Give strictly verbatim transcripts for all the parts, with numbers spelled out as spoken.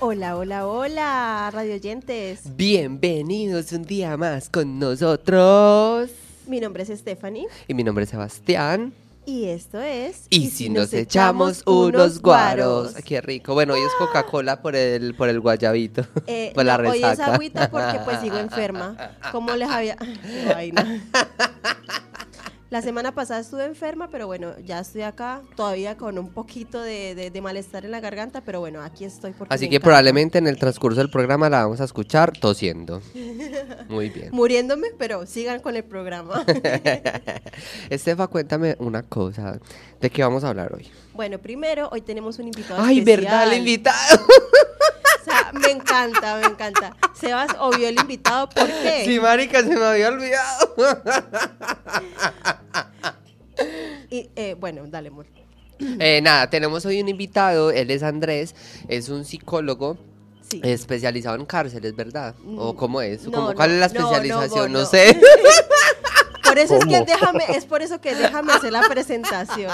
Hola, hola, hola, radio oyentes. Bienvenidos un día más con nosotros. Mi nombre es Stephanie. Y mi nombre es Sebastián. Y esto es... Y, y si, si nos, nos echamos, echamos unos guaros. Ay, qué rico. Bueno, hoy es Coca-Cola por el, por el guayabito. Eh, por no, la resaca. Hoy es agüita porque pues sigo enferma. ¿Cómo les había...? Ay, no. La semana pasada estuve enferma, pero bueno, ya estoy acá, todavía con un poquito de, de, de malestar en la garganta, pero bueno, aquí estoy. Porque Así que encanta. Probablemente en el transcurso del programa la vamos a escuchar tosiendo. Muy bien. Muriéndome, pero sigan con el programa. Estefa, cuéntame una cosa. ¿De qué vamos a hablar hoy? Bueno, primero, hoy tenemos un invitado Ay, especial. ¿verdad? El invitado. O sea, me encanta, me encanta. Sebas obvió el invitado, ¿por qué? Sí, marica, se me había olvidado. Y, eh, bueno, dale, amor. Eh, nada, tenemos hoy un invitado, él es Andrés, es un psicólogo. Sí. Especializado en cárceles, ¿verdad? ¿O cómo es? No, ¿Cómo, no, ¿Cuál es la no, especialización? No, no, no sé. Por eso es que déjame, es por eso que déjame hacer la presentación.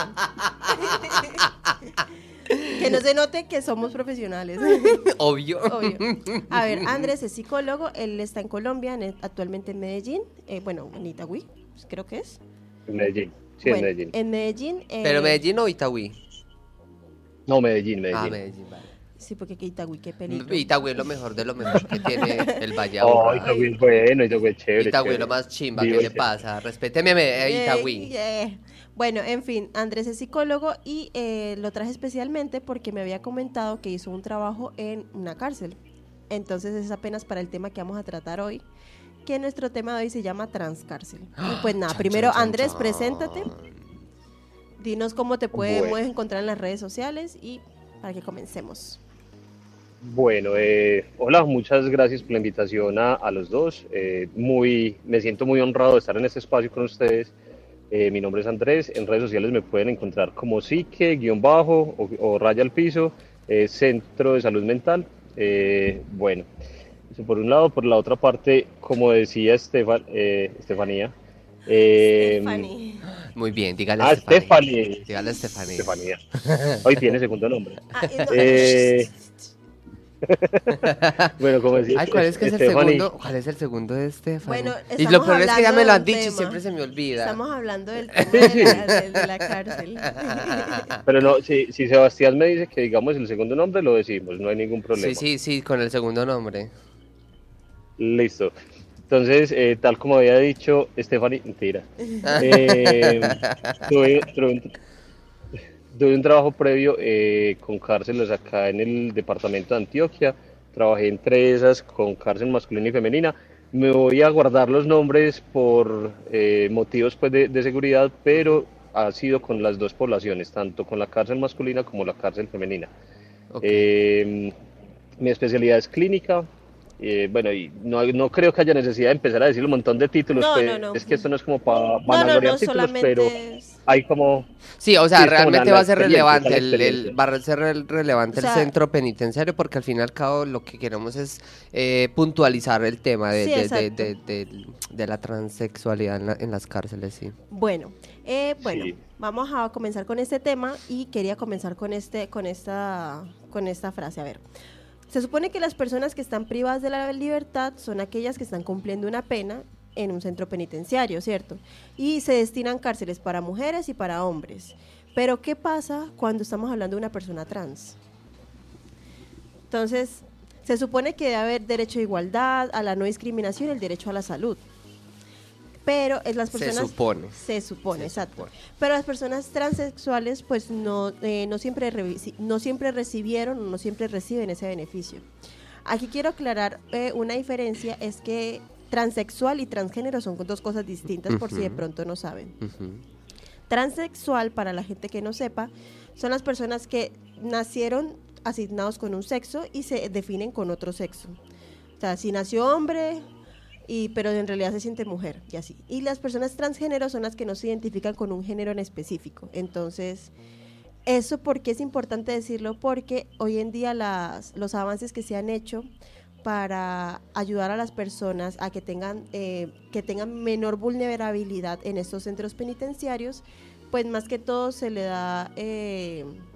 Que no se note que somos profesionales. Obvio. Obvio. A ver, Andrés es psicólogo, él está en Colombia, en, actualmente en Medellín, eh, bueno, en Itagüí, creo que es. En Medellín, sí, bueno, en Medellín. En Medellín. Eh, ¿Pero Medellín o Itagüí? No, Medellín, Medellín. Ah, Medellín, vale. Sí, porque que Itagüí, qué peligro. Itagüí es lo mejor de lo mejor que tiene el Valle Oh, Itagüí es bueno, Itagüí es chévere. Itagüí es chévere. lo más chimba, Digo, ¿qué le pasa? Respéteme a Itagüí. Yeah, yeah. Bueno, en fin, Andrés es psicólogo y eh, lo traje especialmente porque me había comentado que hizo un trabajo en una cárcel. Entonces es apenas para el tema que vamos a tratar hoy, que nuestro tema de hoy se llama transcárcel. Y pues nada, Chan, primero chan, Andrés, chan. preséntate. Dinos cómo te podemos Bueno. encontrar en las redes sociales y para que comencemos. Bueno, eh, hola, muchas gracias por la invitación a, a los dos. Eh, muy, me siento muy honrado de estar en este espacio con ustedes. Eh, mi nombre es Andrés, en redes sociales me pueden encontrar como psique, guión bajo o, o raya al piso, eh, Centro de Salud Mental. Eh, bueno, eso por un lado. Por la otra parte, como decía Estefan, eh, Estefanía. Eh, Stephanie. Muy bien, dígale Ah, a Stephanie. Stephanie. Dígale a Stephanie. Estefanía. Hoy tiene segundo nombre. Ah, y no- Eh, bueno, como decía, Ay, ¿cuál es que es el Stephanie, segundo? ¿Cuál es el segundo de Stephanie? Bueno, y lo estamos peor es que ya hablando me lo de han un dicho y tema. siempre se me olvida. Estamos hablando del tema de la, de, de la cárcel. Pero no, si, si Sebastián me dice que digamos el segundo nombre, lo decimos, no hay ningún problema. Sí, sí, sí, con el segundo nombre. Listo. Entonces, eh, tal como había dicho Stephanie, mentira. Eh, tuve, tuve un, tuve un trabajo previo eh, con cárceles acá en el departamento de Antioquia. Trabajé entre esas con cárcel masculina y femenina. Me voy a guardar los nombres por eh, motivos pues, de, de seguridad, pero ha sido con las dos poblaciones, tanto con la cárcel masculina como la cárcel femenina. Okay. Eh, mi especialidad es clínica. Eh, bueno, y no, no creo que haya necesidad de empezar a decir un montón de títulos, No, pues, no, no. es que esto no es como para No, no, vanagloriar no, títulos, solamente pero es- hay como... Sí, o sea, Sí, es como realmente la- va a la ser experiencia, relevante, la el, el- experiencia. va a ser re- relevante O sea- el centro penitenciario porque al fin y al cabo lo que queremos es eh, puntualizar el tema de, Sí, de, de, exacto. de, de- de la transexualidad en, la- en las cárceles, sí. Bueno, eh, bueno, Sí. vamos a comenzar con este tema y quería comenzar con este, con esta, con esta frase. A ver, se supone que las personas que están privadas de la libertad son aquellas que están cumpliendo una pena en un centro penitenciario, ¿cierto? Y se destinan cárceles para mujeres y para hombres. Pero ¿qué pasa cuando estamos hablando de una persona trans? Entonces, se supone que debe haber derecho a igualdad, a la no discriminación y el derecho a la salud. Pero es las Se personas... supone. Se supone, Se exacto. supone. Pero las personas transexuales pues no, eh, no, siempre revi- no siempre recibieron o no siempre reciben ese beneficio. Aquí quiero aclarar eh, una diferencia, es que transexual y transgénero son dos cosas distintas por si de Ujú. pronto no saben. Ujú. Transexual, para la gente que no sepa, son las personas que nacieron asignados con un sexo y se definen con otro sexo. O sea, si nació hombre, y, pero en realidad se siente mujer y así. Y las personas transgénero son las que no se identifican con un género en específico. Entonces, eso porque es importante decirlo, porque hoy en día las, los avances que se han hecho para ayudar a las personas a que tengan, eh, que tengan menor vulnerabilidad en estos centros penitenciarios, pues más que todo se le da eh,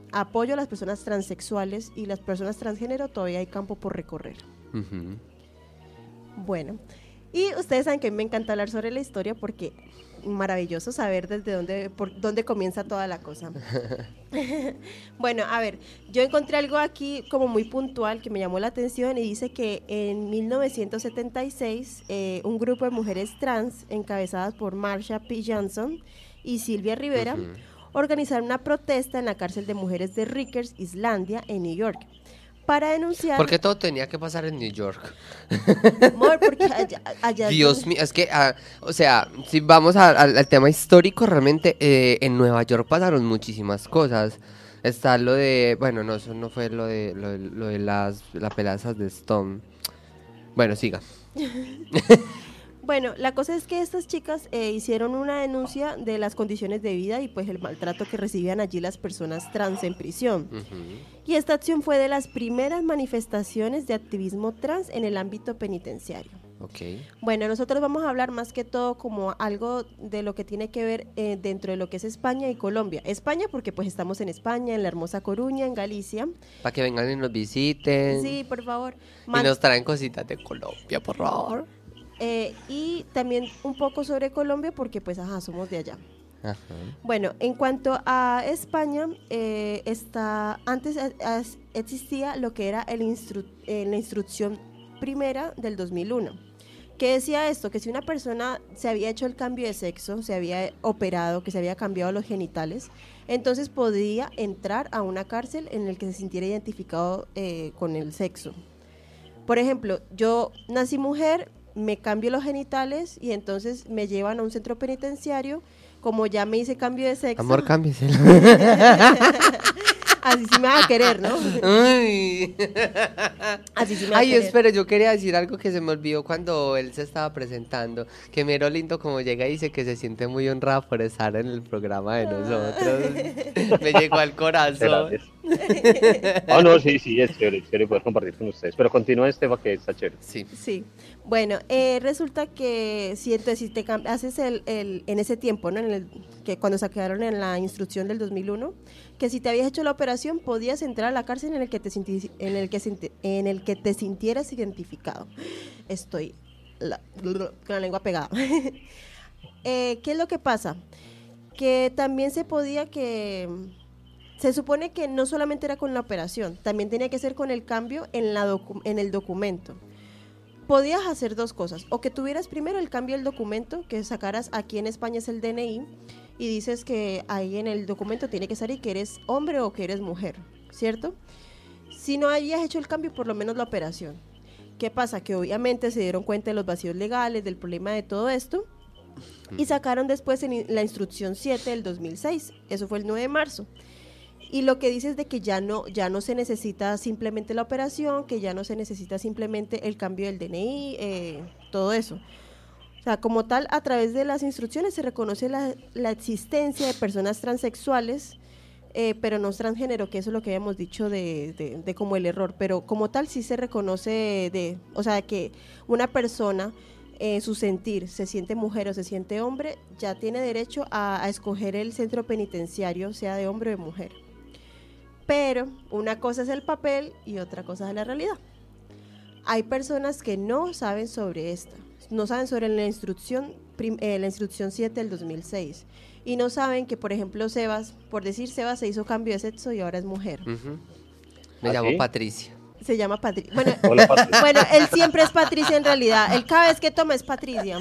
apoyo a las personas transexuales y las personas transgénero, todavía hay campo por recorrer. Uh-huh. Bueno, y ustedes saben que a mí me encanta hablar sobre la historia porque maravilloso saber desde dónde, por dónde comienza toda la cosa. Bueno, a ver, yo encontré algo aquí como muy puntual que me llamó la atención y dice que en mil novecientos setenta y seis eh, un grupo de mujeres trans encabezadas por Marsha P. Johnson y Silvia Rivera uh-huh. organizaron una protesta en la cárcel de mujeres de Rikers, Islandia, en New York, para denunciar... ¿Por qué todo tenía que pasar en New York? Amor, porque allá... allá Dios mío, es que, uh, o sea, si vamos a, a, al tema histórico, realmente eh, en Nueva York pasaron muchísimas cosas. Está lo de, bueno, no, eso no fue lo de, lo de, lo de las, las peladas de Stone. Bueno, siga. Bueno, la cosa es que estas chicas eh, hicieron una denuncia de las condiciones de vida y pues el maltrato que recibían allí las personas trans en prisión. Uh-huh. Y esta acción fue de las primeras manifestaciones de activismo trans en el ámbito penitenciario. Okay. Bueno, nosotros vamos a hablar más que todo como algo de lo que tiene que ver eh, dentro de lo que es España y Colombia. España porque pues estamos en España, en la hermosa Coruña, en Galicia. Para que vengan y nos visiten. Sí, por favor. Man- y nos traen cositas de Colombia, por favor. Eh, y también un poco sobre Colombia porque pues ajá, somos de allá. Ajá. Bueno, en cuanto a España, eh, está, antes as, existía lo que era el instru, eh, la instrucción primera del dos mil uno, que decía esto, que si una persona se había hecho el cambio de sexo, se había operado, que se había cambiado los genitales, entonces podía entrar a una cárcel en la que se sintiera identificado eh, con el sexo. Por ejemplo, yo nací mujer, me cambio los genitales y entonces me llevan a un centro penitenciario, como ya me hice cambio de sexo. Amor, cámbieselo. Así sí me va a querer, ¿no? Ay, Así sí me va a Ay querer. espere, yo quería decir algo que se me olvidó cuando él se estaba presentando, que mero lindo como llega y dice que se siente muy honrada por estar en el programa de nosotros. Me llegó al corazón. Oh, no, sí, sí, es chévere, es chévere poder compartir con ustedes, pero continúa Estefa, que está chévere. Sí. Sí, bueno, eh, resulta que si entonces si te cam- haces el, el, en ese tiempo, ¿no? En el, que cuando sacaron en la instrucción del dos mil uno, que si te habías hecho la operación podías entrar a la cárcel en el que te, sinti- en el que, sinti- en el que te sintieras identificado. Estoy la, con la lengua pegada. eh, ¿Qué es lo que pasa? Que también se podía que... Se supone que no solamente era con la operación, también tenía que ser con el cambio en, la docu- en el documento. Podías hacer dos cosas, o que tuvieras primero el cambio del documento, que sacaras, aquí en España es el D N I, y dices que ahí en el documento tiene que salir que eres hombre o que eres mujer, ¿cierto? Si no habías hecho el cambio, por lo menos la operación. ¿Qué pasa? Que obviamente se dieron cuenta de los vacíos legales, del problema de todo esto, y sacaron después en la instrucción siete del dos mil seis, eso fue el nueve de marzo. Y lo que dice es de que ya no, ya no se necesita simplemente la operación, que ya no se necesita simplemente el cambio del D N I, eh, todo eso. O sea, como tal, a través de las instrucciones se reconoce la, la existencia de personas transexuales, eh, pero no transgénero, que eso es lo que habíamos dicho de, de, de como el error, pero como tal sí se reconoce, de, o sea, que una persona en eh, su sentir se siente mujer o se siente hombre, ya tiene derecho a, a escoger el centro penitenciario, sea de hombre o de mujer. Pero una cosa es el papel y otra cosa es la realidad. Hay personas que no saben sobre esta, no saben sobre la instrucción, prim, eh, la instrucción siete del dos mil seis y no saben que, por ejemplo, Sebas, por decir Sebas se hizo cambio de sexo y ahora es mujer. Uh-huh. Me ¿Ah, llamo sí? Patricia. Se llama Patricia. Bueno, Hola, Patricia. bueno, él siempre es Patricia en realidad. Él cada vez que toma es Patricia.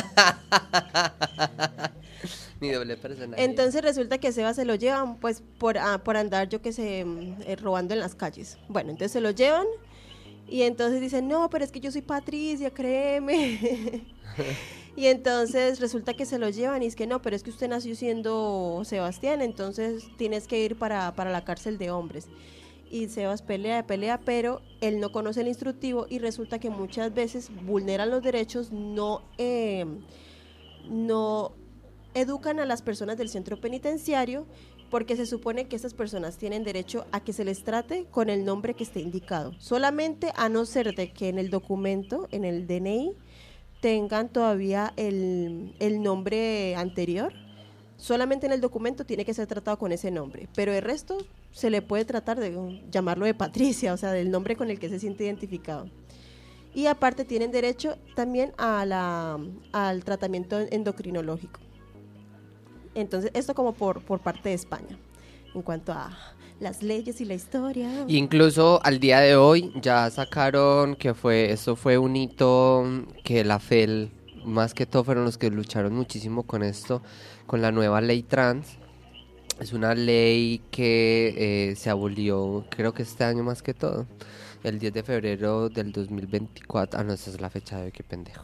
Mi doble personalidad. Entonces resulta que Sebas se lo llevan pues por, ah, por andar yo que sé eh, robando en las calles. Bueno, entonces se lo llevan y entonces dicen, no, pero es que yo soy Patricia, créeme. Y entonces resulta que se lo llevan y es que no, pero es que usted nació siendo Sebastián, entonces tienes que ir para, para la cárcel de hombres. Y Sebas pelea, pelea, pero él no conoce el instructivo y resulta que muchas veces vulneran los derechos, no, eh, no educan a las personas del centro penitenciario, porque se supone que estas personas tienen derecho a que se les trate con el nombre que esté indicado, solamente a no ser de que en el documento, en el D N I, tengan todavía el, el nombre anterior. Solamente en el documento tiene que ser tratado con ese nombre, pero el resto se le puede tratar de llamarlo de Patricia, o sea, del nombre con el que se siente identificado. Y aparte tienen derecho también a la, al tratamiento endocrinológico. Entonces, esto como por, por parte de España, en cuanto a las leyes y la historia. Y incluso al día de hoy ya sacaron que fue, eso fue un hito que la F E L, más que todo fueron los que lucharon muchísimo con esto, con la nueva ley trans. Es una ley que eh, se abolió, creo que este año más que todo, el diez de febrero del dos mil veinticuatro. Ah, no, esa es la fecha de hoy, qué pendejo.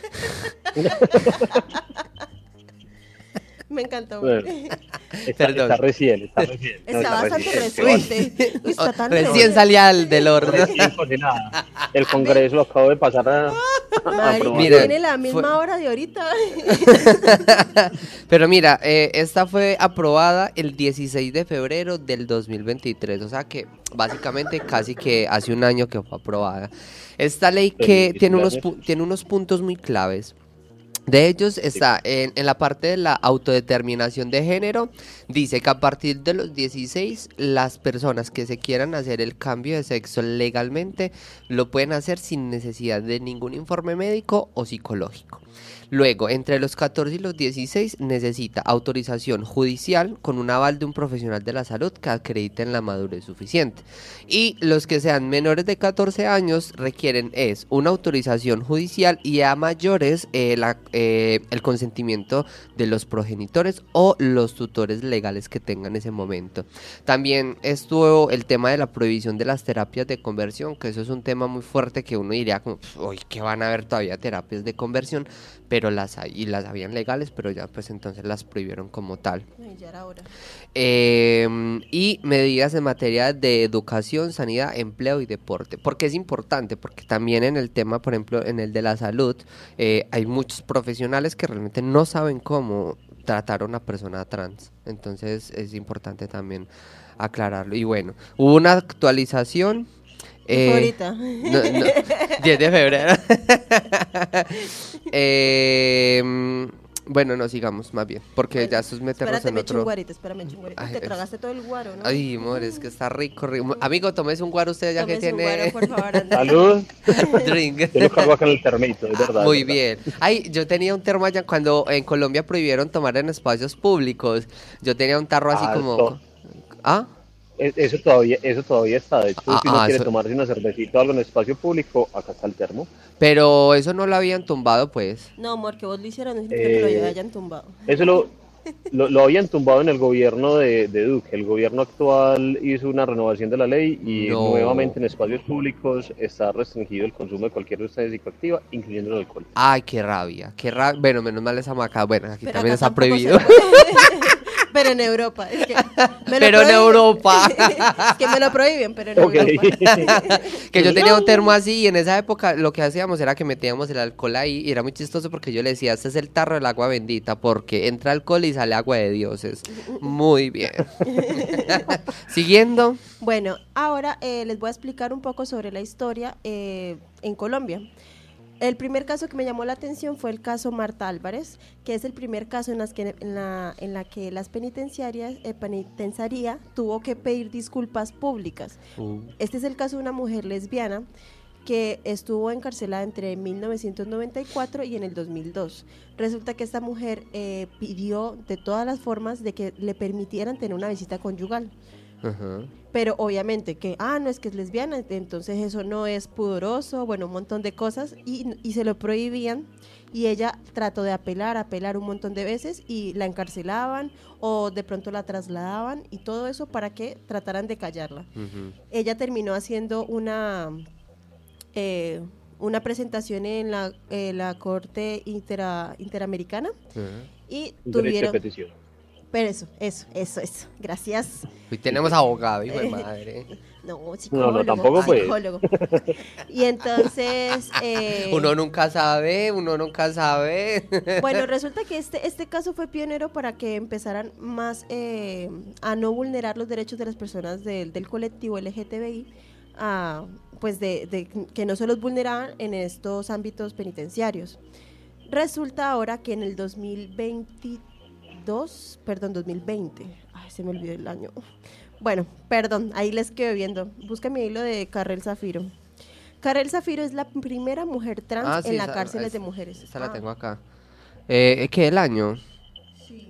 Me encantó. Bueno, está, está recién, está recién. Está, no, está bastante recién. reciente. Uy, está tan Recién reciente. salía el del horno. Recién cocinada. El Congreso lo acabo de pasar a, a Mari, aprobar. Mira, tiene la misma fue- hora de ahorita. Pero mira, eh, esta fue aprobada el dieciséis de febrero del dos mil veintitrés, o sea que básicamente casi que hace un año que fue aprobada. Esta ley que Feliz tiene unos, cumpleaños. pu- tiene unos puntos muy claves. De ellos está en, en la parte de la autodeterminación de género, dice que a partir de los dieciséis las personas que se quieran hacer el cambio de sexo legalmente lo pueden hacer sin necesidad de ningún informe médico o psicológico. Luego, entre los catorce y los dieciséis necesita autorización judicial con un aval de un profesional de la salud que acrediten la madurez suficiente. Y los que sean menores de catorce años requieren es una autorización judicial y a mayores eh, la, eh, el consentimiento de los progenitores o los tutores legales que tengan en ese momento. También estuvo el tema de la prohibición de las terapias de conversión, que eso es un tema muy fuerte que uno diría como, uy, que van a haber todavía terapias de conversión, pero las hay y las habían legales, pero ya pues entonces las prohibieron como tal. Ay, ya era hora. Eh, y medidas en materia de educación, sanidad, empleo y deporte. Porque es importante, porque también en el tema, por ejemplo, en el de la salud, eh, hay muchos profesionales que realmente no saben cómo tratar a una persona trans. Entonces es importante también aclararlo. Y bueno, hubo una actualización. Eh, ahorita. No, no, diez de febrero. eh, bueno, no sigamos más bien, porque Bueno, ya esto es meternos Espérate, en me eché un otro. guarito, espérame, eché un guarito. Ay, Te es- tragaste todo el guaro, ¿no? Ay, amor, es que está rico, rico. Amigo, tomes un guaro usted ya Tómese que un tiene guaro, por favor, Andrés. Salud. drink. Yo lo cargo acá en el termito, es verdad. Muy es verdad. bien. Ay, yo tenía un termo allá cuando en Colombia prohibieron tomar en espacios públicos. Yo tenía un tarro así Ah, como. esto- ¿Ah? Es- Eso todavía, eso todavía está. De hecho, Ah, si uno ah, quiere eso- tomarse una cervecita o algo en espacio público, acá está el termo. Pero eso no lo habían tumbado, pues. No, amor, que vos lo hicieron, no significa que lo Eh, hayan tumbado. Eso lo, lo, lo habían tumbado en el gobierno de, de Duque. El gobierno actual hizo una renovación de la ley y No. nuevamente en espacios públicos está restringido el consumo de cualquier sustancia psicoactiva, incluyendo el alcohol. Ay, qué rabia, qué rabia. Bueno, menos mal esa maca. Bueno, aquí Pero también acá está tampoco se prohibido. puede. Pero en Europa. Es que me lo Pero en prohíben. Europa. Es que me lo prohíben, pero en Ok. Europa. Que yo tenía un termo así y en esa época lo que hacíamos era que metíamos el alcohol ahí y era muy chistoso porque yo le decía, este es el tarro del agua bendita porque entra alcohol y sale agua de dioses. Muy bien. Siguiendo. Bueno, ahora eh, les voy a explicar un poco sobre la historia eh, en Colombia. El primer caso que me llamó la atención fue el caso Marta Álvarez, que es el primer caso en, las que, en, la, en la que las penitenciarias, eh, penitenciaría tuvo que pedir disculpas públicas. Uh, Este es el caso de una mujer lesbiana que estuvo encarcelada entre mil novecientos noventa y cuatro y en el dos mil dos. Resulta que esta mujer eh, pidió de todas las formas de que le permitieran tener una visita conyugal. ajá. Pero obviamente que, ah, no es que es lesbiana, entonces eso no es pudoroso, bueno, un montón de cosas, y, y se lo prohibían, y ella trató de apelar, apelar un montón de veces, y la encarcelaban, o de pronto la trasladaban, y todo eso para que trataran de callarla. Ujú. Ella terminó haciendo una, eh, una presentación en la, eh, la Corte Intera- Interamericana, Ajá. y Un derecho de tuvieron... petición. Pero eso, eso, eso, eso, gracias. Hoy tenemos abogado, hijo de madre. No, psicólogo. No, no, tampoco, pues. psicólogo. Y entonces, eh, Uno nunca sabe, uno nunca sabe. bueno, resulta que este, este caso fue pionero para que empezaran más eh, a no vulnerar los derechos de las personas del, del colectivo L G T B I, a, pues de, de que no se los vulneraban en estos ámbitos penitenciarios. Resulta ahora que en el dos mil veintidós, perdón, dos mil veinte, ay, se me olvidó el año. Bueno, perdón, ahí les quedo viendo. Búscame ahí lo de Carrel Zafiro. Carrel Zafiro es la primera mujer trans Ah, sí, en las esa, cárceles es- de mujeres. esa la Ah, tengo acá. Eh, ¿qué el año? sí.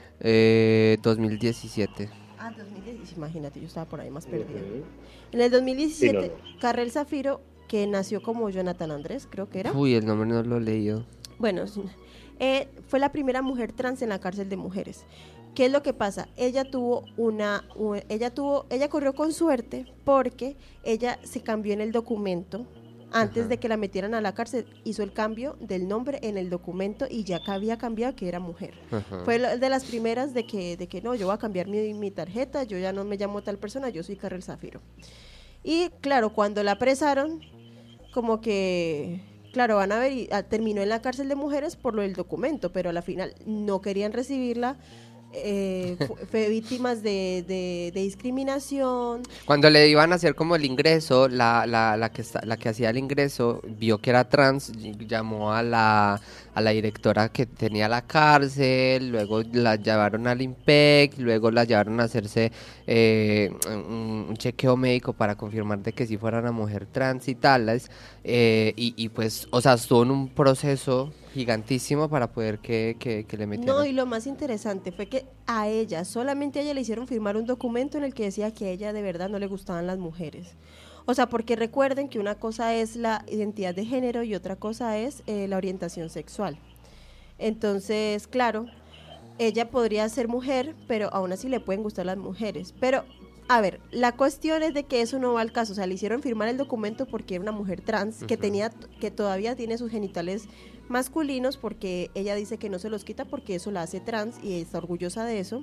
Eh, dos mil diecisiete. Ah, dos mil diez, imagínate, yo estaba por ahí más perdida. Ujú. En el Sí, no, dos mil diecisiete, no. Carrel Zafiro, que nació como Jonathan Andrés, creo que era. Uy, el nombre no lo he leído. Bueno, sí, eh, fue la primera mujer trans en la cárcel de mujeres. ¿Qué es lo que pasa? Ella tuvo una, u- ella tuvo, ella corrió con suerte porque ella se cambió en el documento antes Ajá. de que la metieran a la cárcel, hizo el cambio del nombre en el documento y ya que había cambiado que era mujer. Ajá. Fue la- de las primeras de que, de que no, yo voy a cambiar mi, mi tarjeta, yo ya no me llamo tal persona, yo soy Carrel Zafiro. Y claro, cuando la apresaron, como que, claro, van a ver, y, ah, terminó en la cárcel de mujeres por lo del documento, pero a la final no querían recibirla, eh, fu- fue víctimas de, de, de discriminación. Cuando le iban a hacer como el ingreso, la, la, la que está- la que hacía el ingreso vio que era trans, y llamó a la, a la directora que tenía la cárcel, luego la llevaron al IMPEC, luego la llevaron a hacerse eh, un, un chequeo médico para confirmar de que sí fuera una mujer trans y tales, eh, y, y pues, o sea, estuvo en un proceso gigantísimo para poder que, que, que le metieran. No, y lo más interesante fue que a ella, solamente a ella le hicieron firmar un documento en el que decía que a ella de verdad no le gustaban las mujeres. O sea, porque recuerden que una cosa es la identidad de género y otra cosa es eh, la orientación sexual. Entonces, claro, ella podría ser mujer, pero aún así le pueden gustar las mujeres. Pero, a ver, la cuestión es de que eso no va al caso. O sea, le hicieron firmar el documento porque era una mujer trans que Ujú. tenía, que todavía tiene sus genitales masculinos porque ella dice que no se los quita porque eso la hace trans y está orgullosa de eso.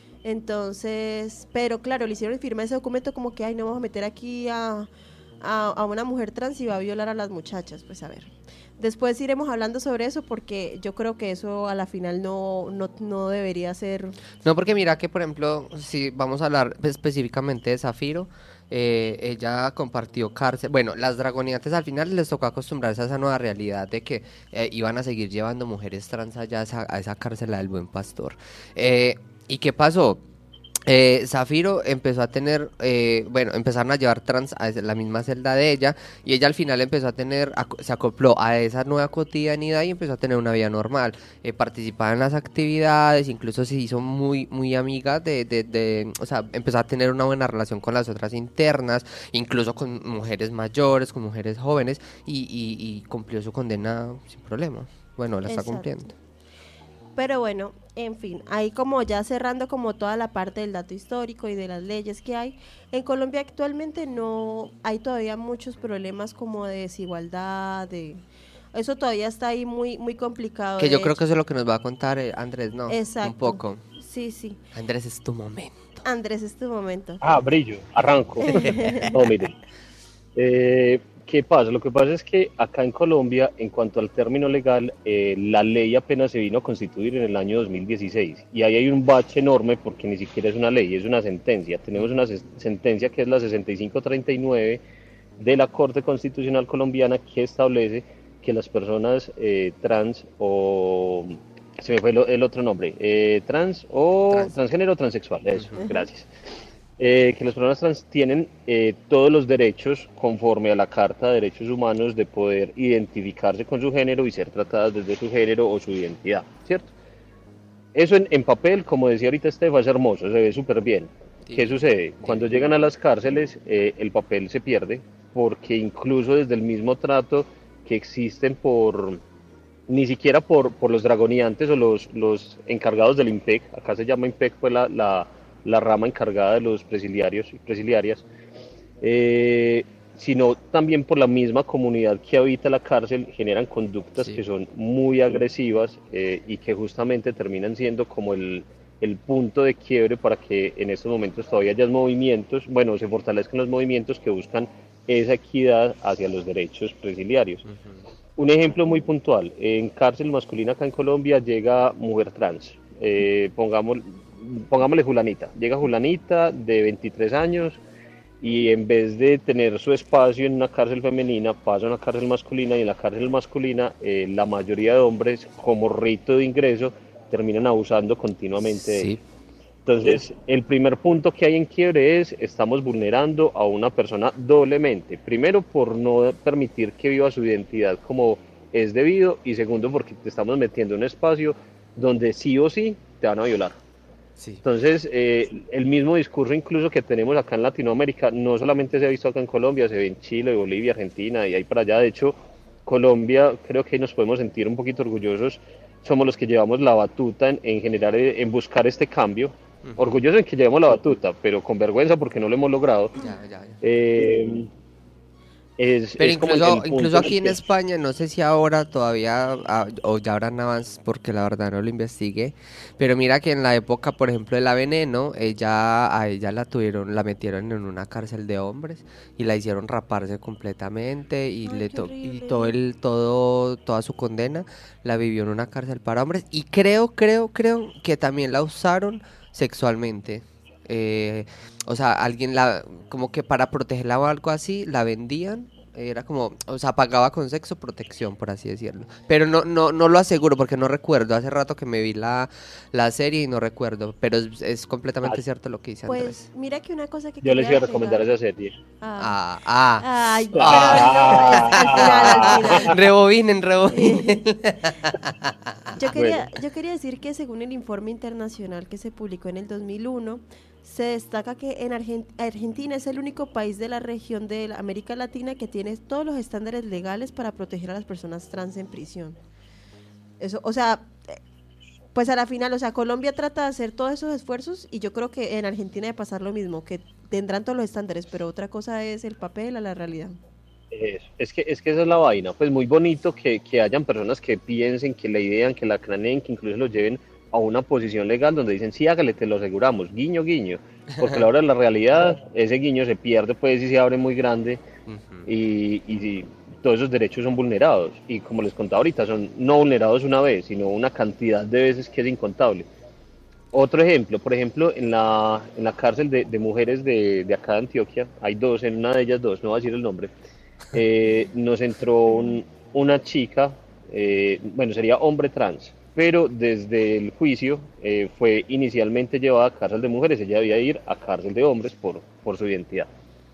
Entonces, pero claro, le hicieron firmar ese documento como que, ay, no vamos a meter aquí a, a, a una mujer trans y va a violar a las muchachas. Pues a ver. Después iremos hablando sobre eso porque yo creo que eso a la final no, no, no debería ser. No, porque mira que, por ejemplo, si vamos a hablar específicamente de Zafiro, eh, ella compartió cárcel. Bueno, las dragoniantes al final les tocó acostumbrarse a esa nueva realidad de que eh, iban a seguir llevando mujeres trans allá a esa, a esa cárcel, la del Buen Pastor. Eh, ¿y qué pasó? Eh, Zafiro empezó a tener, eh, bueno, empezaron a llevar trans a esa- la misma celda de ella y ella al final empezó a tener, aco- se acopló a esa nueva cotidianidad y empezó a tener una vida normal. Eh, participaba en las actividades, incluso se hizo muy, muy amiga de, de, de, o sea, empezó a tener una buena relación con las otras internas, incluso con mujeres mayores, con mujeres jóvenes y, y, y cumplió su condena sin problema. Bueno, la está Exacto. cumpliendo. Pero bueno, en fin, ahí como ya cerrando como toda la parte del dato histórico y de las leyes que hay, en Colombia actualmente no hay todavía muchos problemas como de desigualdad, de eso todavía está ahí muy muy complicado. Que de yo creo hecho. que eso es lo que nos va a contar eh, Andrés, ¿no? Exacto. Un poco. Sí, sí. Andrés, es tu momento. Andrés, es tu momento. Ah, brillo, arranco. No, miren. Eh, ¿qué pasa? Lo que pasa es que acá en Colombia, en cuanto al término legal, eh, la ley apenas se vino a constituir en el año dos mil dieciséis. Y ahí hay un bache enorme porque ni siquiera es una ley, es una sentencia. Tenemos una se- sentencia que es la sesenta y cinco treinta y nueve de la Corte Constitucional Colombiana que establece que las personas eh, trans o... Se me fue el, o- el otro nombre. eh, trans o Trans. transgénero o transexual. Eso, Ujú. gracias. Eh, que las personas trans tienen eh, todos los derechos conforme a la Carta de Derechos Humanos de poder identificarse con su género y ser tratadas desde su género o su identidad, ¿cierto? Eso en, en papel, como decía ahorita Estefa, es hermoso, se ve súper bien. Sí. ¿Qué sucede? Cuando llegan a las cárceles, eh, el papel se pierde, porque incluso desde el mismo trato que existen por, ni siquiera por, por los dragoniantes o los, los encargados del IMPEC, acá se llama IMPEC, fue la, la, la rama encargada de los presiliarios y presiliarias, eh, sino también por la misma comunidad que habita la cárcel, generan conductas Sí. que son muy agresivas eh, y que justamente terminan siendo como el, el punto de quiebre para que en estos momentos todavía haya movimientos, bueno, se fortalezcan los movimientos que buscan esa equidad hacia los derechos presiliarios. Ujú. Un ejemplo muy puntual, en cárcel masculina acá en Colombia llega mujer trans, eh, pongamos, pongámosle Julanita, llega Julanita de veintitrés años y en vez de tener su espacio en una cárcel femenina pasa a una cárcel masculina y en la cárcel masculina eh, la mayoría de hombres como rito de ingreso terminan abusando continuamente de Sí. ella. Entonces, el primer punto que hay en quiebre es, estamos vulnerando a una persona doblemente. Primero, por no permitir que viva su identidad como es debido, y segundo, porque te estamos metiendo en un espacio donde sí o sí te van a violar. Sí. Entonces, eh, el mismo discurso incluso que tenemos acá en Latinoamérica, no solamente se ha visto acá en Colombia, se ve en Chile, Bolivia, Argentina y ahí para allá. De hecho, Colombia, creo que nos podemos sentir un poquito orgullosos, somos los que llevamos la batuta en, en generar, eh, en buscar este cambio. Ujú. Orgullosos en que llevemos la batuta, pero con vergüenza porque no lo hemos logrado. Ya, ya, ya. Eh, es, Pero es como el, incluso, el punto incluso en el aquí en que... España, no sé si ahora todavía, ah, o ya habrán avances, porque la verdad no lo investigué, pero mira que en la época, por ejemplo, de la Veneno, ella, a ella la tuvieron, la metieron en una cárcel de hombres y la hicieron raparse completamente y Ay, le qué to- y horrible. todo el, todo, toda su condena la vivió en una cárcel para hombres y creo, creo, creo que también la usaron sexualmente. Eh, o sea, alguien la, como que para protegerla o algo así, la vendían. Era como, o sea, pagaba con sexo protección, por así decirlo. Pero no, no, no lo aseguro porque no recuerdo. Hace rato que me vi la, la serie y no recuerdo. Pero es, es completamente Ah, cierto lo que dice Pues Andrés. mira que una cosa que yo les quería iba a recomendar agregar. esa serie. Ah, Ah, ah. ay, pero Ah. no, es al final, al final. Rebobinen, rebobinen. Yo quería, Bueno, yo quería decir que según el informe internacional que se publicó en el dos mil uno, se destaca que en Argen- Argentina es el único país de la región de la América Latina que tiene todos los estándares legales para proteger a las personas trans en prisión. Eso, o sea, eh, pues a la final, o sea, Colombia trata de hacer todos esos esfuerzos y yo creo que en Argentina de pasar lo mismo, que tendrán todos los estándares, pero otra cosa es el papel a la realidad. eso. Es que, es que esa es la vaina. Pues muy bonito que, que hayan personas que piensen, que la idean, que la craneen, que incluso lo lleven a una posición legal donde dicen, sí, hágale, te lo aseguramos, guiño, guiño. Porque a la hora de la realidad, ese guiño se pierde, pues, y se abre muy grande Ujú. y, y todos esos derechos son vulnerados. Y como les contaba ahorita, son no vulnerados una vez, sino una cantidad de veces que es incontable. Otro ejemplo, por ejemplo, en la, en la cárcel de, de mujeres de, de acá de Antioquia, hay dos, en una de ellas dos, no voy a decir el nombre, eh, nos entró un- una chica, eh, bueno, sería hombre trans, pero desde el juicio eh, fue inicialmente llevada a cárcel de mujeres, ella debía ir a cárcel de hombres por, por su identidad.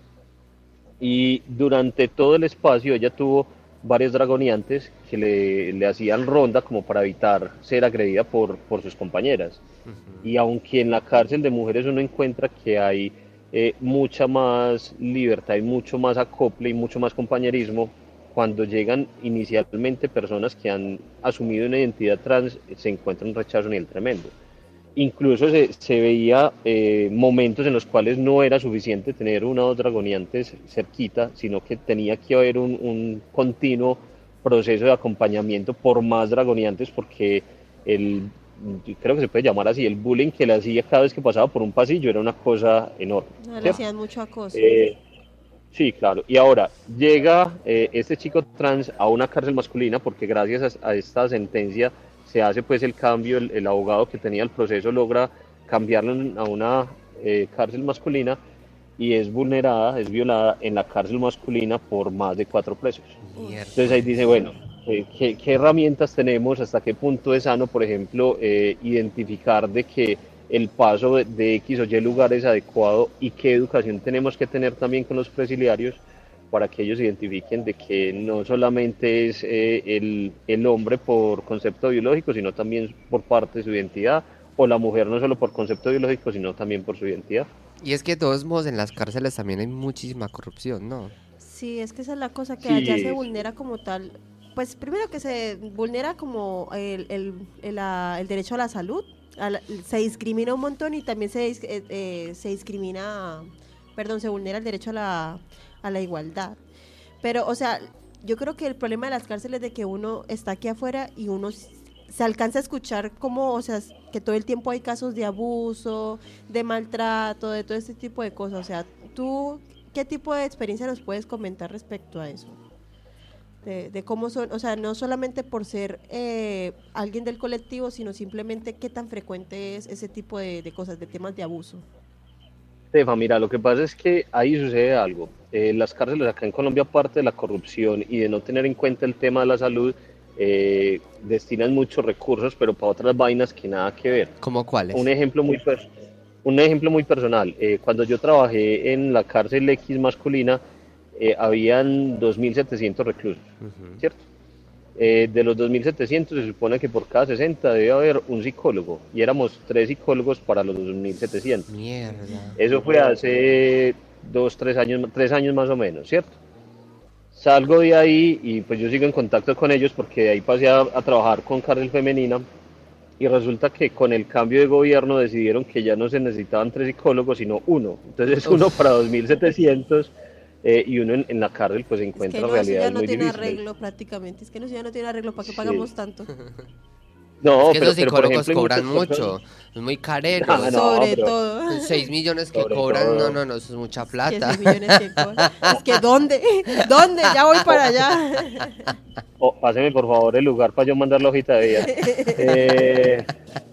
Y durante todo el espacio ella tuvo varios dragoniantes que le, le hacían ronda como para evitar ser agredida por, por sus compañeras. Y aunque en la cárcel de mujeres uno encuentra que hay eh, mucha más libertad y mucho más acople y mucho más compañerismo, cuando llegan inicialmente personas que han asumido una identidad trans, se encuentra un rechazo a nivel tremendo. Incluso se, se veía eh, momentos en los cuales no era suficiente tener una o dos dragoniantes cerquita, sino que tenía que haber un, un continuo proceso de acompañamiento por más dragoniantes, porque el, yo creo que se puede llamar así, el bullying que le hacía cada vez que pasaba por un pasillo era una cosa enorme, No, le ¿cierto? hacían mucho acoso. Eh, sí, claro. Y ahora llega eh, este chico trans a una cárcel masculina porque gracias a, a esta sentencia se hace pues el cambio, el, el abogado que tenía el proceso logra cambiarlo en- a una eh, cárcel masculina y es vulnerada, es violada en la cárcel masculina por más de cuatro presos. Uy, Entonces ahí dice, bueno, eh, ¿qué, qué herramientas tenemos? ¿Hasta qué punto es sano, por ejemplo, eh, identificar de que el paso de, de X o Y lugar es adecuado y qué educación tenemos que tener también con los presidiarios para que ellos identifiquen de que no solamente es eh, el, el hombre por concepto biológico, sino también por parte de su identidad, o la mujer no solo por concepto biológico, sino también por su identidad. Y es que de todos modos en las cárceles también hay muchísima corrupción, ¿no? sí, es que esa es la cosa que allá se Sí, vulnera como tal. Pues primero que se vulnera como el, el, el, la- el derecho a la salud, a la- se discrimina un montón y también se, dis- eh, eh, se discrimina, perdón, se vulnera el derecho a la, a la igualdad. Pero, o sea, yo creo que el problema de las cárceles es de que uno está aquí afuera y uno s- se alcanza a escuchar como, o sea, s- que todo el tiempo hay casos de abuso, de maltrato, de todo este tipo de cosas. O sea, ¿tú qué tipo de experiencia nos puedes comentar respecto a eso? De, de cómo son, o sea, no solamente por ser eh, alguien del colectivo, sino simplemente qué tan frecuente es ese tipo de, de cosas, de temas de abuso. Tefa, mira, lo que pasa es que ahí sucede algo. Eh, las cárceles acá en Colombia, aparte de la corrupción y de no tener en cuenta el tema de la salud, eh, destinan muchos recursos, pero para otras vainas que nada que ver. ¿Cómo Un cuáles? ejemplo muy, per- un ejemplo muy personal, eh, cuando yo trabajé en la cárcel X masculina, eh, habían dos mil setecientos reclusos, Ujú. ¿cierto? Eh, de los dos mil setecientos se supone que por cada sesenta debe haber un psicólogo y éramos tres psicólogos para los dos mil setecientos. Mierda. Eso fue hace dos, tres años, tres años más o menos, ¿cierto? Salgo de ahí y pues yo sigo en contacto con ellos porque de ahí pasé a, a trabajar con cárcel femenina y resulta que con el cambio de gobierno decidieron que ya no se necesitaban tres psicólogos sino uno. Entonces uno Uf. para dos mil setecientos eh, y uno en, en la cárcel pues Es que encuentra no, eso ya realidades no muy tiene difíciles. arreglo prácticamente. Es que no, eso ya no tiene arreglo. ¿Para qué Sí. pagamos tanto? Es No, que pero, esos pero por psicólogos ejemplo hay cobran muchas personas... mucho, son muy Ah, careros. no, Sobre pero todo. Seis millones que sobre cobran, no, todo... no, no, eso es mucha Que plata. seis millones que cobran. Es que ¿dónde? ¿Dónde? Ya voy para allá. Oh, páseme por favor el lugar para yo mandar la hojita de vida. Eh,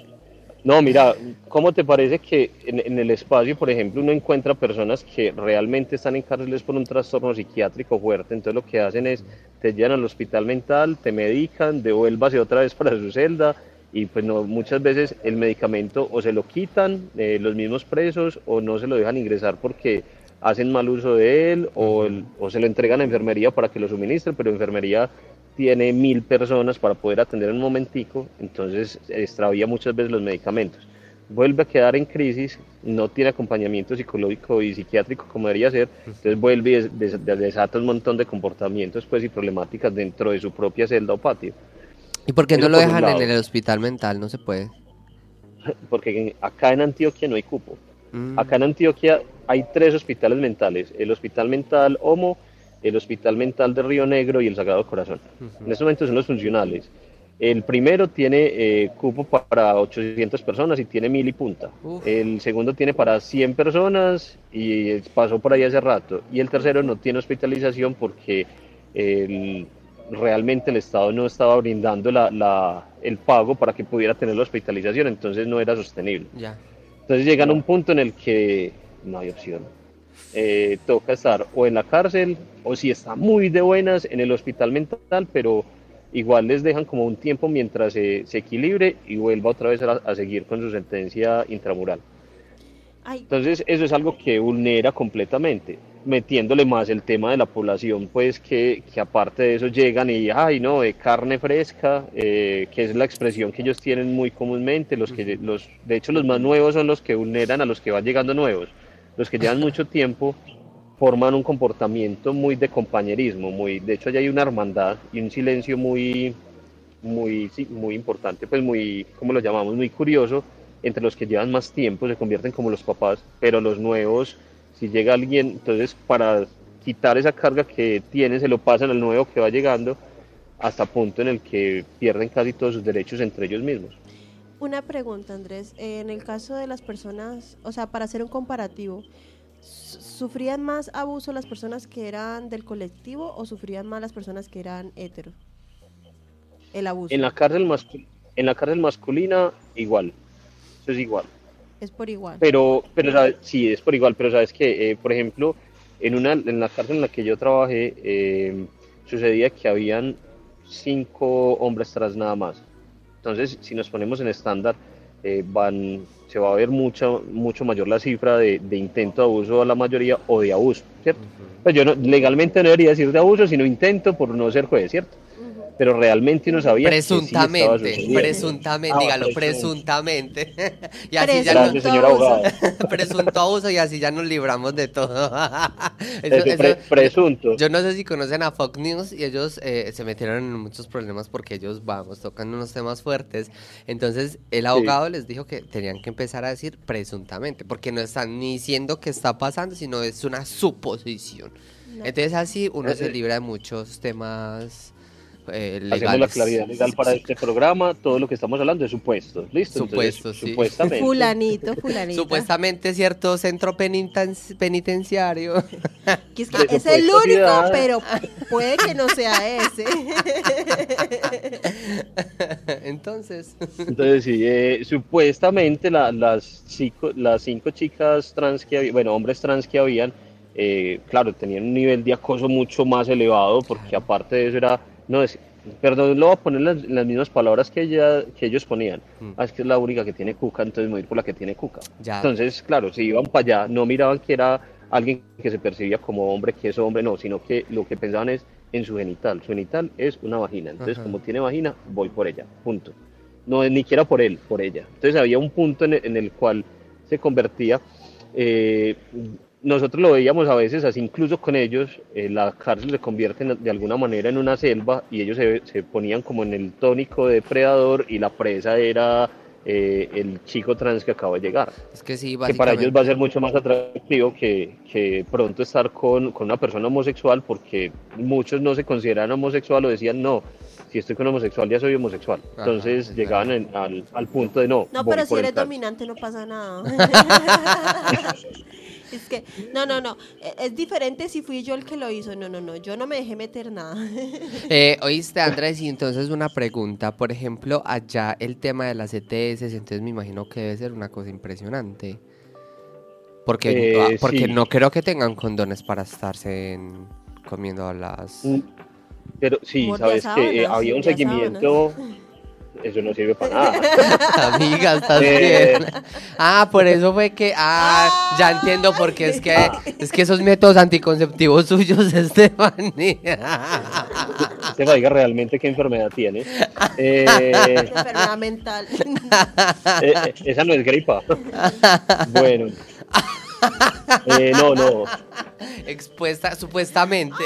no, mira, ¿cómo te parece que en, en el espacio, por ejemplo, uno encuentra personas que realmente están en cárceles por un trastorno psiquiátrico fuerte? Entonces lo que hacen es, te llevan al hospital mental, te medican, devuélvase otra vez para su celda y pues no, muchas veces el medicamento o se lo quitan eh, los mismos presos o no se lo dejan ingresar porque hacen mal uso de él o, el- Ujú. o se lo entregan a enfermería para que lo suministre, pero enfermería tiene mil personas para poder atender en un momentico, entonces extravía muchas veces los medicamentos. Vuelve a quedar en crisis, no tiene acompañamiento psicológico y psiquiátrico como debería ser, entonces vuelve y des- des- desata un montón de comportamientos pues, y problemáticas dentro de su propia celda o patio. ¿Y por qué no Eso lo por un dejan en lado, el hospital mental? No se puede. porque acá en Antioquia no hay cupo. Acá en Mm, Antioquia hay tres hospitales mentales, el Hospital Mental Homo, el Hospital Mental de Río Negro y el Sagrado Corazón. En ujú. estos momentos son los funcionales. El primero tiene eh, cupo para ochocientas personas y tiene mil y punta. Uf, El segundo tiene para cien personas y pasó por ahí hace rato. Y el tercero no tiene hospitalización porque el- realmente el Estado no estaba brindando la- la- el pago para que pudiera tener la hospitalización, entonces no era sostenible. ya. Entonces llegan a un punto en el que no hay opción. Eh, toca estar o en la cárcel o si está muy de buenas en el hospital mental, pero igual les dejan como un tiempo mientras se, se equilibre y vuelva otra vez a, a seguir con su sentencia intramural. Ay, Entonces eso es algo que vulnera completamente, metiéndole más el tema de la población, pues que, que aparte de eso llegan y, ay no, de carne fresca, eh, que es la expresión que ellos tienen muy comúnmente, los que, Ujú. los, de hecho los más nuevos son los que vulneran a los que van llegando nuevos, los que llevan mucho tiempo forman un comportamiento muy de compañerismo, muy, de hecho allá hay una hermandad y un silencio muy, muy, sí, muy importante, pues muy, ¿cómo lo llamamos? Muy curioso, entre los que llevan más tiempo se convierten como los papás, pero los nuevos, si llega alguien, entonces para quitar esa carga que tienen, se lo pasan al nuevo que va llegando, hasta punto en el que pierden casi todos sus derechos entre ellos mismos. una pregunta, Andrés. Eh, En el caso de las personas, o sea, para hacer un comparativo, su- ¿sufrían más abuso las personas que eran del colectivo o sufrían más las personas que eran hetero? El En abuso. la cárcel, mascul en la cárcel masculina, igual, eso es igual. Es por igual. Pero, pero ¿sabes? Sí, es por igual, pero sabes que, eh, por ejemplo, en una, en la cárcel en la que yo trabajé, eh, sucedía que habían cinco hombres tras nada más. Entonces, si nos ponemos en estándar, eh, van, se va a ver mucho, mucho mayor la cifra de, de intento de abuso a la mayoría o de abuso, ¿cierto? Ujú. Pues yo no, legalmente no debería decir de abuso, sino intento por no ser juez, ¿cierto? Ujú. Pero realmente uno sabía que sí estaba Presuntamente, sucediendo. presuntamente, Ah, dígalo, presunto. presuntamente. Y así ya no, Gracias, Presunto señor abuso. abogado. presunto abuso y así ya nos libramos de todo. Eso, Eso, eso, pre- yo, presunto. yo no sé si conocen a Fox News y ellos eh, se metieron en muchos problemas porque ellos, vamos, tocan unos temas fuertes. Entonces, el Sí. abogado les dijo que tenían que empezar a decir presuntamente, porque no están ni diciendo que está pasando, sino es una suposición. No. Entonces, así uno se Eh, libra de muchos temas eh, Hacemos la legales. claridad legal para este programa. Todo lo que estamos hablando es supuestos. Listo, entonces, Supuesto, sí. supuestamente. Fulanito, fulanita. Supuestamente cierto centro peniten- penitenciario. Que es, que De es el supuesta único, ciudad. pero puede que no sea ese. Entonces, Entonces, sí, eh, supuestamente la- las, cinco, las cinco chicas trans que había, bueno, hombres trans que habían, eh, claro, tenían un nivel de acoso mucho más elevado, porque claro. aparte de eso era no es, perdón, lo voy a poner las, las mismas palabras que ella, que ellos ponían. Mm. Ah, es que es la única que tiene cuca, entonces me voy a ir por la que tiene cuca. Ya. Entonces, claro, si iban para allá, no miraban que era alguien que se percibía como hombre, que es hombre, no, sino que lo que pensaban es en su genital. Su genital es una vagina, entonces Ajá. como tiene vagina, voy por ella, punto. No es ni siquiera por él, por ella. Entonces había un punto en el, en el cual se convertía, eh, nosotros lo veíamos a veces así, incluso con ellos, eh, la cárcel se convierte en- de alguna manera en una selva y ellos se, se ponían como en el tónico de depredador y la presa era eh, el chico trans que acaba de llegar. Es que sí, Que para ellos va a básicamente. ser mucho más atractivo que, que pronto estar con, con una persona homosexual, porque muchos no se consideran homosexual o decían, no, si estoy con homosexual ya soy homosexual. Ajá, Entonces es llegaban verdad. en- al, al punto de no, No, voy pero si por el eres trans. dominante no pasa nada. Es que, no, no, no. e- Es diferente si fui yo el que lo hizo. No, no, no. Yo no me dejé meter nada. Eh, oíste, Andrés, y entonces una pregunta. Por ejemplo, allá el tema de las E T S, entonces me imagino que debe ser una cosa impresionante. Porque, Eh, ah, porque sí. no creo que tengan condones para estarse en- comiendo las... Mm, Pero sí, Mordía sabes que eh, sábanas, había un mordía seguimiento, eso no sirve para nada. Amiga, ¿estás Eh, bien? Ah, por eso fue que... Ah, ya entiendo por qué. Es que, es que esos métodos anticonceptivos suyos, Estefanía. Se va a diga realmente qué enfermedad tiene. Eh, Enfermedad mental. eh, eh, esa no es gripa. Bueno, eh, no, no. Expuesta, supuestamente.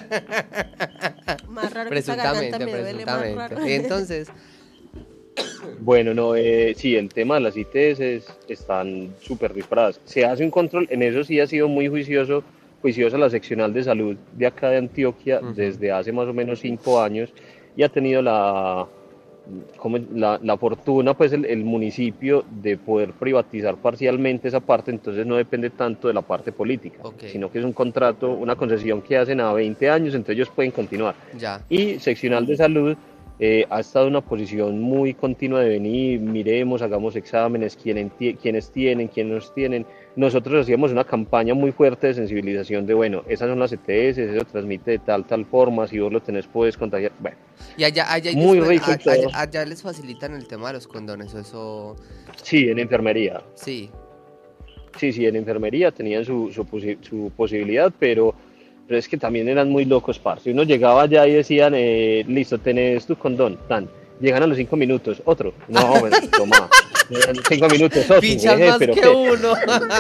Más raro que esa garganta Presuntamente, me duele más raro. presuntamente. Entonces, Bueno, no, eh, sí, el tema de las I T S están súper disparadas. Se hace un control, en eso sí ha sido muy juicioso, juiciosa la seccional de salud de acá de Antioquia Ujú. desde hace más o menos cinco años y ha tenido la, como la, la fortuna, pues el, el municipio de poder privatizar parcialmente esa parte, entonces no depende tanto de la parte política, Ok. sino que es un contrato, una concesión que hacen a veinte años, entonces ellos pueden continuar. ya. Y seccional de salud eh, ha estado en una posición muy continua de venir, miremos, hagamos exámenes, quién enti- quiénes tienen, quiénes nos tienen. Nosotros hacíamos una campaña muy fuerte de sensibilización de, bueno, esas son las E T S, eso transmite de tal, tal forma, si vos lo tenés puedes contagiar. Bueno, Y allá, allá, y Muy después- rico y a- allá, todo. allá les facilitan el tema de los condones, o eso, sí, en enfermería. sí. Sí, sí, en enfermería tenían su, su, posi- su posibilidad, pero, pero es que también eran muy locos, parce. Uno llegaba allá y decían, eh, listo, tenés tu condón, tan. Llegan a los cinco minutos, otro. No, bueno, toma. Llegan cinco minutos, otro. Pinchan eh, más pero que qué. uno.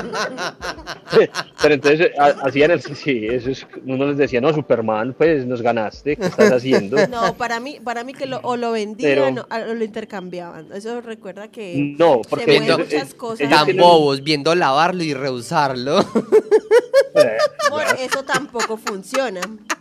Pero entonces ha- hacían el, sí, eso es, uno les decía, no, Superman, pues nos ganaste, ¿qué estás haciendo? No, para mí, para mí que lo, o lo vendían Pero- o, o lo intercambiaban. Eso recuerda que No, se porque mueven ellos- muchas eh, cosas. ellos Tan tienen- bobos, viendo lavarlo y reusarlo. Eh, Amor, eso tampoco funciona.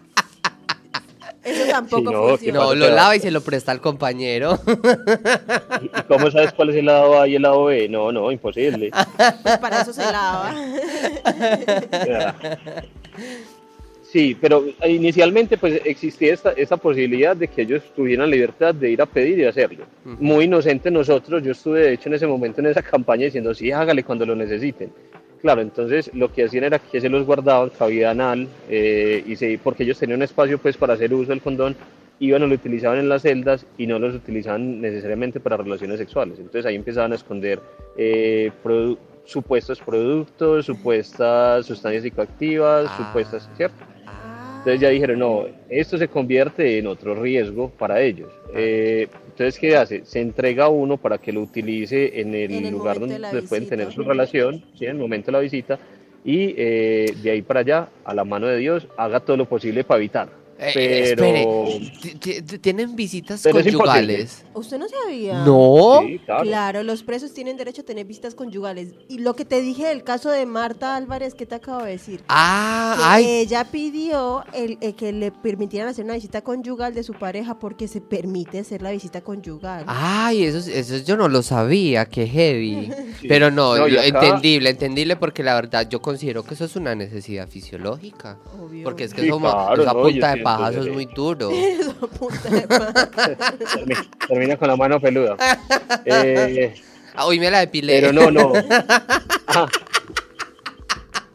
Eso tampoco Sí, no, que funciona. No, cuando lo te- lava y se lo presta al compañero. ¿Y y cómo sabes cuál es el lado A y el lado B? No, no, imposible. Pues para eso se lava. Ya. Sí, pero inicialmente pues existía esta, esta posibilidad de que ellos tuvieran libertad de ir a pedir y hacerlo. Ujú. Muy inocente nosotros, yo estuve de hecho en ese momento en esa campaña diciendo, sí, hágale cuando lo necesiten. Claro, entonces lo que hacían era que se los guardaban, cavidad anal, eh, y se, porque ellos tenían un espacio pues para hacer uso del condón, iban o lo utilizaban en las celdas y no los utilizaban necesariamente para relaciones sexuales. Entonces ahí empezaban a esconder eh, produ- supuestos productos, supuestas sustancias psicoactivas, Ah. supuestas, ¿cierto? Ah, Entonces ya dijeron, no, esto se convierte en otro riesgo para ellos. Eh, entonces, ¿qué hace? Se entrega a uno para que lo utilice en el, En el lugar momento de la donde pueden visita. tener su relación, ¿sí? En el momento de la visita, y eh, de ahí para allá, a la mano de Dios, haga todo lo posible para evitar. Eh, Pero... espere, ¿ti- ti- ¿tienen visitas Pero es conyugales? ¿usted no sabía? No. Sí, claro. Claro, los presos tienen derecho a tener visitas conyugales. Y lo que te dije del caso de Marta Álvarez, ¿qué te acabo de decir? Ah, Que ay. ella pidió el, eh, que le permitieran hacer una visita conyugal de su pareja porque se permite hacer la visita conyugal. Ay, eso, eso yo no lo sabía, qué heavy. Sí. Pero no, No, y lo- acá- entendible, entendible porque la verdad yo considero que eso es una necesidad fisiológica. Obvio. Porque es que Sí, eso, ma- claro, eso a no, punta yo de siento paja, que- eso es muy duro. Eso, punta de paja. Termina, termina con la mano peluda. Eh, Ah, hoy me la depilé. pero no, no. Ah.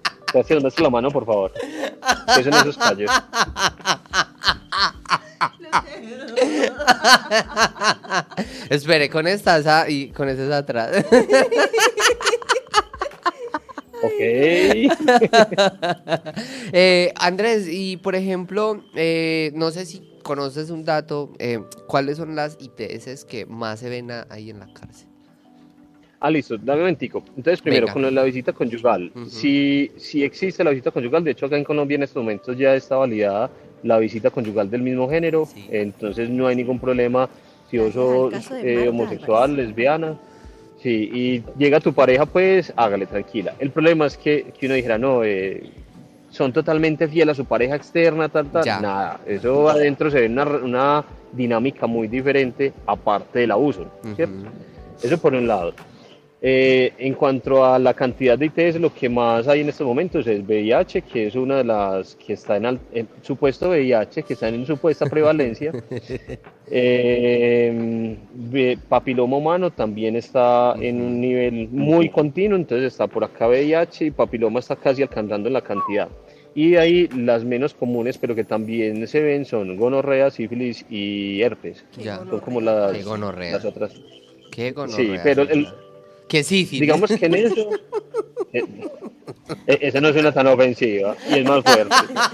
Gracias, dame la mano, por favor. ¿Qué son esos callos? Los Espere, con esta y con ese atrás. Ok. eh, Andrés, y por ejemplo, eh, no sé si conoces un dato, eh, ¿cuáles son las I T S que más se ven a, ahí en la cárcel? Ah, listo, dame un momentico. Entonces, primero, Venga. con la visita conyugal. Uh-huh. Si, si existe la visita conyugal, de hecho acá en Colombia en estos momentos ya está validada la visita conyugal del mismo género, Sí. Entonces no hay ningún problema si vos Gracias al sos caso de eh, Marta homosexual, Álvarez. lesbiana, sí, y llega tu pareja, pues hágale, tranquila. El problema es que, que uno dijera, no, eh, son totalmente fieles a su pareja externa, tal, tal, Ya. nada, eso adentro se ve una, una dinámica muy diferente aparte del abuso, ¿cierto? Uh-huh. Eso por un lado. Eh, en cuanto a la cantidad de I T S, lo que más hay en estos momentos es V I H, que es una de las que está en, al, en supuesto V I H, que está en supuesta prevalencia. eh, papiloma humano también está uh-huh. en un nivel muy continuo, entonces está por acá V I H y papiloma está casi alcanzando en la cantidad. Y de ahí las menos comunes, pero que también se ven, son gonorrea, sífilis y herpes. Ya. Son como las, Qué gonorrea. las otras. Qué gonorrea. Sí, pero el, que sífilis. Digamos que en eso, eh, eh, esa no suena tan ofensiva y es más fuerte.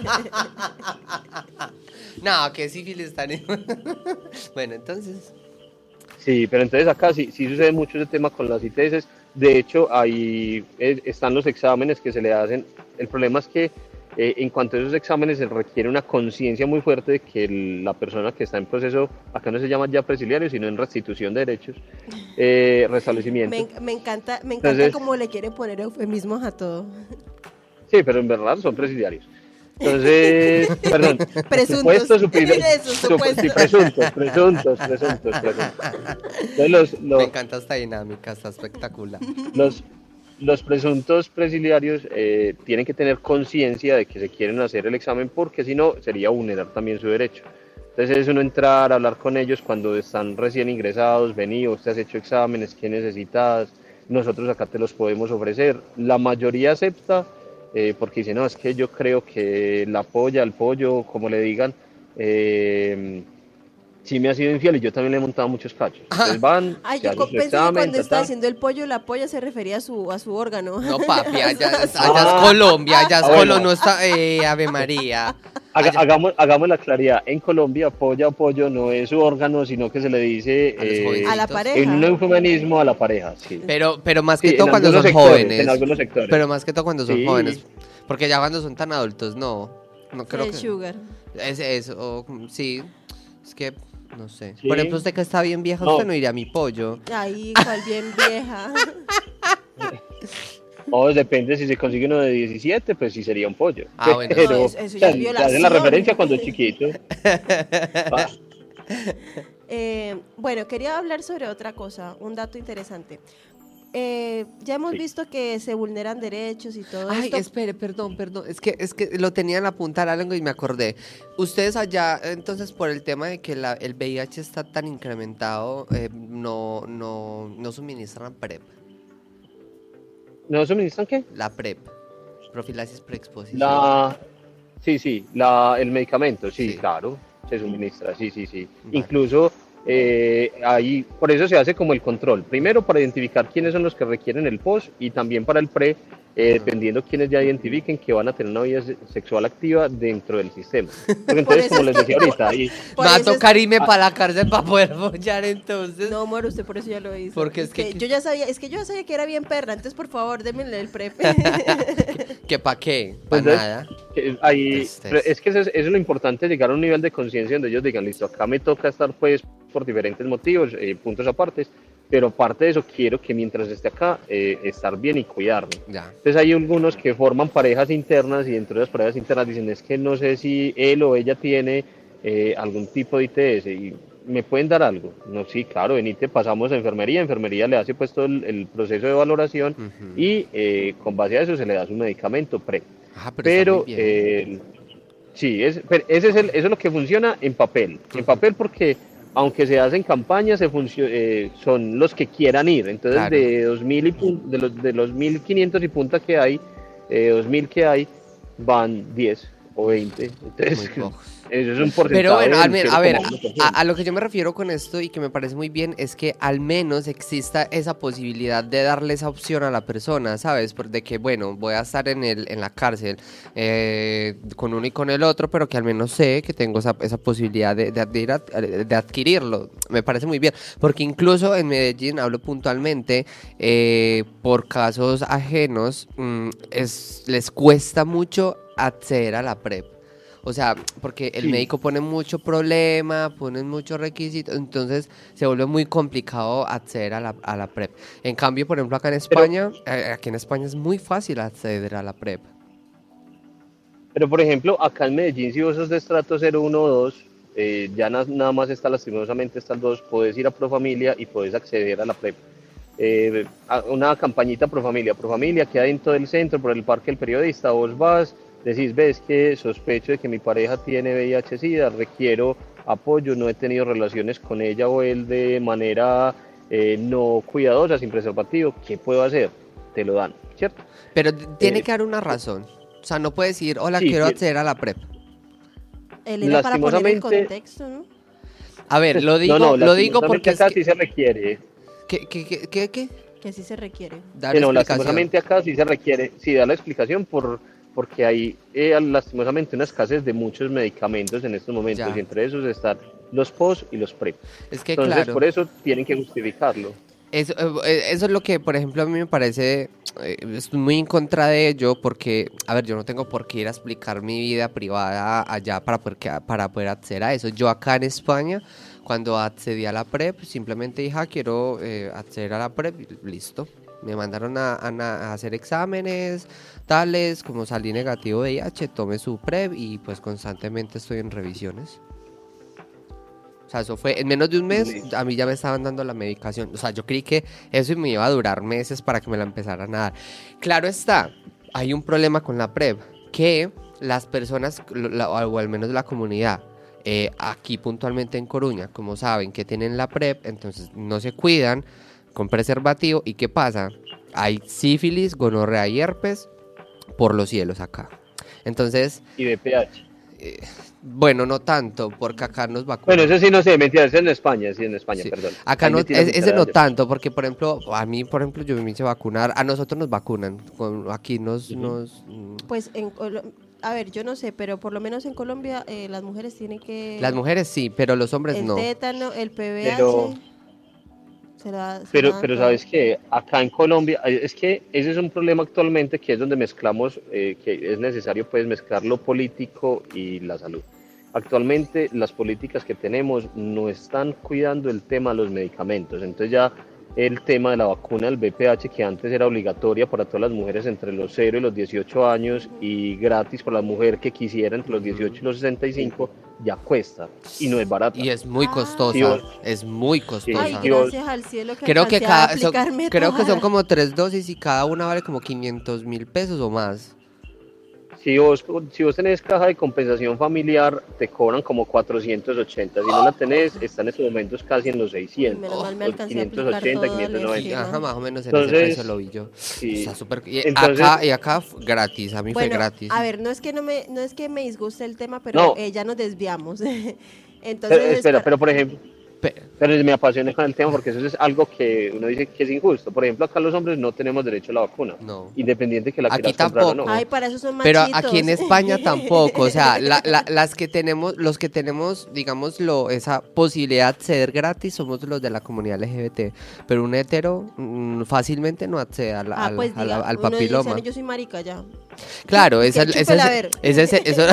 No, que sífilis está en... Bueno, entonces... Sí, pero entonces acá sí, sí sucede mucho ese tema con las I T S. De hecho, ahí eh, están los exámenes que se le hacen. El problema es que eh, en cuanto a esos exámenes se requiere una conciencia muy fuerte de que el, la persona que está en proceso, acá no se llama ya presiliario, sino en restitución de derechos, eh, restablecimiento. Me, me encanta, me encanta Entonces, cómo le quieren poner eufemismos a todo. Sí, pero en verdad son presidiarios. Entonces, perdón, presuntos, supuestos, superior, eso, supuestos. Sí, presuntos, presuntos, presuntos, presuntos. Entonces, los, los, me encanta esta dinámica, está espectacular. Los, los presuntos presiliarios eh, tienen que tener conciencia de que se quieren hacer el examen porque si no sería vulnerar también su derecho. Entonces es uno entrar a hablar con ellos cuando están recién ingresados, vení, usted has hecho exámenes, ¿qué necesitas? Nosotros acá te los podemos ofrecer. La mayoría acepta eh, porque dice, no, es que yo creo que la polla, el pollo, como le digan, eh, sí me ha sido infiel y yo también le he montado muchos cachos. Entonces van, Ay, se yo hacen su pensé examen, que cuando ta, estaba ta. haciendo el pollo, la polla se refería a su, a su órgano. No, papi, allá, allá Ah. es Colombia, allá es Ah, Colombia, bueno. no está, eh, Ave María. Haga- Allá- hagamos, hagamos la claridad. En Colombia, polla o pollo no es su órgano, sino que se le dice A los eh, jovencitos. A la pareja. en un eufemismo a la pareja. Sí. Pero, pero más Sí, que todo en cuando son algunos sectores, jóvenes. en algunos sectores. Pero más que todo cuando son Sí. jóvenes. Porque ya cuando son tan adultos, no. No creo el que. sugar. Es eso, sí. Es que, no sé. Sí. Por ejemplo, usted que está bien vieja, No. usted no iría a mi pollo. Ahí, cual bien vieja. O depende si se consigue uno de diecisiete, pues sí sería un pollo. Ah, bueno. Pero, No, eso- eso o ya sea, es se violación. hace la referencia cuando es chiquito. Ah, Eh, bueno, quería hablar sobre otra cosa, un dato interesante. Eh, ya hemos Sí. visto que se vulneran derechos y todo Ay, esto. espere, perdón, perdón. Es que, es que lo tenía en la punta de la lengua y me acordé. Ustedes allá, entonces, por el tema de que la, el V I H está tan incrementado, eh, no, no, no suministran PrEP. ¿No suministran qué? La PrEP, profilaxis preexposición. La... Sí, sí, la, el medicamento, sí, Sí. claro, se suministra, sí, sí, sí. Vale. Incluso eh, ahí, por eso se hace como el control. Primero para identificar quiénes son los que requieren el post y también para el pre, eh, dependiendo quiénes ya identifiquen que van a tener una vida se- sexual activa dentro del sistema. Porque entonces, eso como es les que- decía ahorita, ahí, Por Me va a eso es- tocar irme para la cárcel para poder follar entonces. No, amor, usted por eso ya lo hizo. Porque es que- yo ya sabía, es que yo ya sabía que era bien perra, entonces por favor, démenle el prep. ¿Que para qué? Pues, Para ¿ves? nada. que ahí, Este pero es- es que eso es, eso es lo importante, llegar a un nivel de conciencia donde ellos digan, listo, acá me toca estar pues por diferentes motivos, eh, puntos apartes, pero parte de eso quiero que mientras esté acá, eh, estar bien y cuidarme. Ya. Entonces hay algunos que forman parejas internas y dentro de las parejas internas dicen, es que no sé si él o ella tiene eh, algún tipo de I T S y me pueden dar algo. No, sí, claro, venite, pasamos a enfermería, enfermería le hace pues todo el, el proceso de valoración Ujú. y eh, con base a eso se le da su medicamento pre. Ah, pero, está Pero, muy bien. eh, sí, es, pero ese es el, eso es lo que funciona en papel. En Ujú. papel porque aunque se hacen campañas, se funcio- eh, son los que quieran ir. Entonces, Claro. de dos mil y pun- de los de los mil quinientos y punta que hay, eh, dos mil que hay, van diez. o veinte. Entonces, Muy pocos. eso es un porcentaje. Pero bueno, al del men- a ver, cero coma uno por ciento. a, a lo que yo me refiero con esto y que me parece muy bien es que al menos exista esa posibilidad de darle esa opción a la persona, ¿sabes? Por de que, bueno, voy a estar en el en la cárcel eh, con uno y con el otro, pero que al menos sé que tengo esa, esa posibilidad de, de, de ir a- de adquirirlo. Me parece muy bien, porque incluso en Medellín, hablo puntualmente, eh, por casos ajenos, mm, es, les cuesta mucho acceder a la PrEP. O sea, porque el Sí. médico pone mucho problema, pone muchos requisitos, entonces se vuelve muy complicado acceder a la, a la PrEP. En cambio, por ejemplo, acá en España, eh, aquí en España es muy fácil acceder a la PrEP. Pero por ejemplo, acá en Medellín, si vos sos de estrato cero, uno o dos, eh, ya na- nada más está lastimosamente está el dos, podés ir a Profamilia y podés acceder a la PrEP. Eh, a una campañita Profamilia. Profamilia queda dentro del centro, por el Parque del Periodista. Vos vas, decís, ves que sospecho de que mi pareja tiene V I H SIDA, requiero apoyo, no he tenido relaciones con ella o él de manera eh, no cuidadosa, sin preservativo, ¿qué puedo hacer? Te lo dan, ¿cierto? Pero t- tiene Eh, que haber una razón. O sea, no puedes decir, hola, sí, quiero sí. acceder a la PrEP. Él era para poner el Lastimosamente- contexto, ¿no? A ver, lo digo, no, no, lo digo lastimosamente porque es acá que... sí se requiere. ¿Qué, qué, qué, qué, qué? Que sí se requiere. Dar Sí, no, explicación. lastimosamente acá sí se requiere, sí da la explicación por, porque hay eh, lastimosamente una escasez de muchos medicamentos en estos momentos Ya. y entre esos están los post y los PrEP. Es que Entonces claro. por eso tienen que justificarlo. Eso, eh, eso es lo que, por ejemplo, a mí me parece, eh, estoy muy en contra de ello porque, a ver, yo no tengo por qué ir a explicar mi vida privada allá para poder, que- para poder acceder a eso. Yo acá en España, cuando accedí a la PrEP, simplemente dije, ah, quiero eh, acceder a la PrEP, y listo. Me mandaron a, a na- a hacer exámenes, tales, como salí negativo de V I H, tomé su PrEP y pues constantemente estoy en revisiones. O sea, eso fue en menos de un mes, Listo. a mí ya me estaban dando la medicación. O sea, yo creí que eso me iba a durar meses para que me la empezaran a dar. Claro está, hay un problema con la PrEP, que las personas, lo- la- o al menos la comunidad, eh, aquí puntualmente en Coruña, como saben que tienen la PrEP, entonces no se cuidan con preservativo. ¿Y qué pasa? Hay sífilis, gonorrea y herpes por los cielos acá. Entonces, Y B P H. bueno, no tanto, porque acá nos vacunan. Bueno, eso sí no sé, mentira, es en España, sí, en España, Sí. perdón. Acá Ahí no, metí la es- ese cuchara no de- tanto, porque por ejemplo, a mí, por ejemplo, yo me hice vacunar, a nosotros nos vacunan, con, aquí nos, Ujú. nos mm, Pues en Colo- a ver, yo no sé, pero por lo menos en Colombia eh, las mujeres tienen que las mujeres sí, pero los hombres el no. tétano, el P V H Pero- se la- se Pero, la dan pero todo. sabes que acá en Colombia, eh, es que ese es un problema actualmente que es donde mezclamos, eh, que es necesario pues mezclar lo político y la salud. Actualmente las políticas que tenemos no están cuidando el tema de los medicamentos, entonces ya el tema de la vacuna del B P H, que antes era obligatoria para todas las mujeres entre los cero y los dieciocho años y gratis para la mujer que quisiera entre los dieciocho y los sesenta y cinco, ya cuesta y no es barata. Y es muy Ah. costosa, Sí, vos- es muy costosa. Ay, Sí, vos- gracias al cielo que Creo que alcancé a cada, son- aplicarme creo que son todas. como tres dosis y cada una vale como quinientos mil pesos o más. Si vos, si vos tenés caja de compensación familiar, te cobran como cuatrocientos ochenta. Si no la tenés, está en estos momentos casi en los seiscientos. Menos mal me los alcancé a aplicar quinientos ochenta, todo quinientos noventa. Y, encima. ajá, más o menos en ese Entonces, precio lo vi yo. sí. Está súper. Y Entonces- acá, y acá f- gratis, a mí fue Bueno, gratis. a ver, no es que no me no es que me disguste el tema, pero No. eh, ya nos desviamos. Entonces, Pero, espera, para- pero por ejemplo, Pe- pero me apasiona con el tema porque eso es algo que uno dice que es injusto. Por ejemplo, acá los hombres no tenemos derecho a la vacuna, No. independiente que la Aquí quieras comprar o no. tampoco. Ay, para eso son Pero machitos. aquí en España tampoco, o sea, la- la- las que tenemos, los que tenemos, digámoslo, esa posibilidad de acceder gratis somos los de la comunidad L G B T, pero un hetero mm, fácilmente no accede al, Ah, al- pues al- diga, al uno dice, papiloma. "Ah, yo soy marica ya. Claro, Que esa, esa, chúpela, a ese- ver. ese- ese- eso.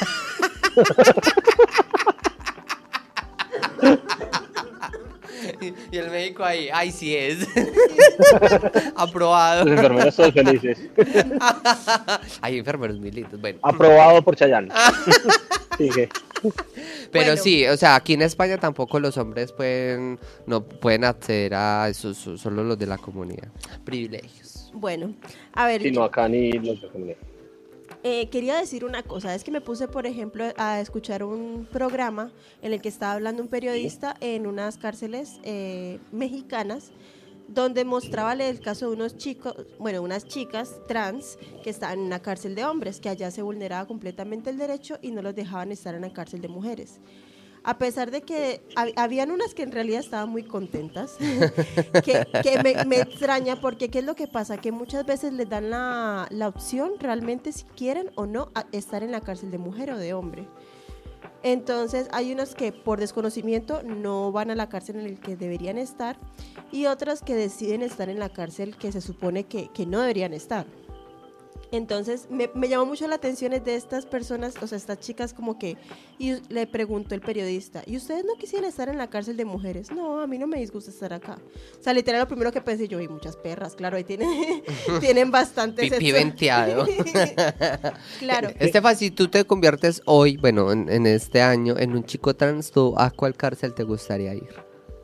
Y el médico ahí, ay, sí es. Aprobado. Los enfermeros todos felices. Hay enfermeros muy lindos, bueno. Aprobado por Chayanne. Sigue. Pero Bueno. sí, o sea, aquí en España tampoco los hombres pueden, no pueden acceder a eso, so- solo los de la comunidad. Privilegios. Bueno, a ver, Sí, no, acá ni los de comunidad. eh, quería decir una cosa, es que me puse, por ejemplo, a escuchar un programa en el que estaba hablando un periodista en unas cárceles eh, mexicanas donde mostraba el caso de unos chicos, bueno, unas chicas trans que estaban en una cárcel de hombres, que allá se vulneraba completamente el derecho y no los dejaban estar en la cárcel de mujeres. A pesar de que hab- habían unas que en realidad estaban muy contentas, que, que me, me extraña porque ¿qué es lo que pasa? Que muchas veces les dan la, la opción realmente si quieren o no a- estar en la cárcel de mujer o de hombre. Entonces hay unos que por desconocimiento no van a la cárcel en la que deberían estar y otras que deciden estar en la cárcel que se supone que, que no deberían estar. Entonces me, me llamó mucho la atención de estas personas, o sea, estas chicas como que, y le preguntó el periodista, ¿y ustedes no quisieran estar en la cárcel de mujeres? No, a mí no me disgusta estar acá. O sea, literal lo primero que pensé yo, y muchas perras, claro, ahí tienen, tienen bastante Pipí venteado. Claro. Estefa, si tú te conviertes hoy, bueno, en, en este año, en un chico trans, ¿tú a cuál cárcel te gustaría ir?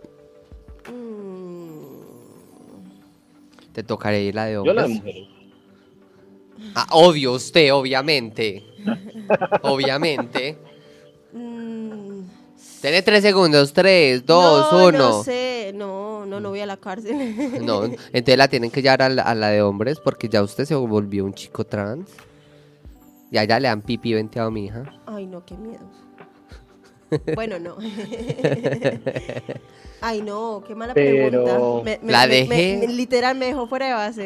Mm, Te tocaría ir la de Yo hombres. la de mujeres. Ah, obvio, usted, obviamente. Obviamente. mm, Tiene tres segundos, tres, dos, no, uno. no sé, no, no, no voy a la cárcel. No, entonces la tienen que llevar a la, a la de hombres porque ya usted se volvió un chico trans. Y allá le dan pipí venteado a mi hija. Ay, no, qué miedo. Bueno, no. Ay, no, qué mala Pero- pregunta. Me- me- La me- dejé. me- literal me dejó fuera de base.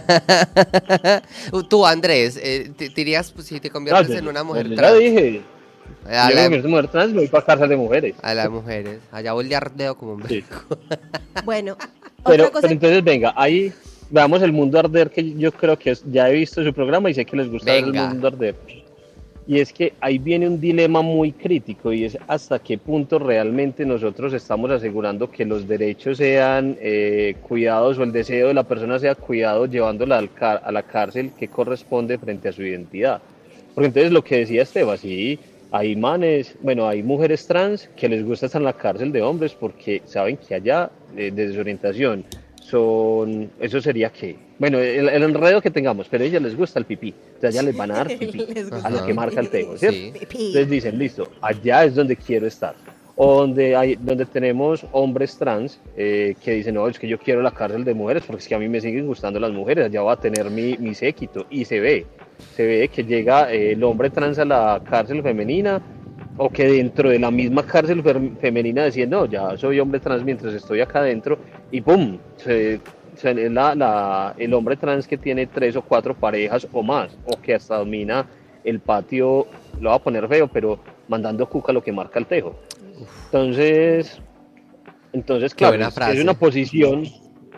Tú, Andrés, eh, te, te irías, pues, si te No, conviertes yo- en una mujer yo trans. ya dije, A yo la, como mujer trans me voy para cárcel de mujeres. a las mujeres. Allá voy de ardeo como un Sí. beco. Bueno, Pero, otra cosa. pero entonces venga, ahí veamos el mundo arder, que yo creo que es- ya he visto su programa y sé que les gusta ver el Venga. mundo arder. Y es que ahí viene un dilema muy crítico y es hasta qué punto realmente nosotros estamos asegurando que los derechos sean eh, cuidados o el deseo de la persona sea cuidado llevándola al car- a la cárcel que corresponde frente a su identidad. Porque entonces lo que decía Esteban, sí, hay manes, bueno, hay mujeres trans que les gusta estar en la cárcel de hombres porque saben que allá, eh, desde su orientación, son, eso sería que, bueno, el, el enredo que tengamos, pero a ellas les gusta el pipí, entonces allá les van a dar pipí, Les gusta a lo el que marca el pipí. tego, ¿cierto? Sí. Pipí. Entonces dicen, listo, allá es donde quiero estar. O donde, hay, donde tenemos hombres trans eh, que dicen, no, es que yo quiero la cárcel de mujeres porque es que a mí me siguen gustando las mujeres, allá va a tener mi, mi séquito. Y se ve, se ve que llega eh, el hombre trans a la cárcel femenina o que dentro de la misma cárcel fer- femenina decían, no, ya soy hombre trans mientras estoy acá adentro y ¡pum! Se, se- la, la, el hombre trans que tiene tres o cuatro parejas o más, o que hasta domina el patio, lo va a poner feo, pero mandando cuca lo que marca el tejo. Entonces, entonces Qué claro, buena es, frase. es una posición,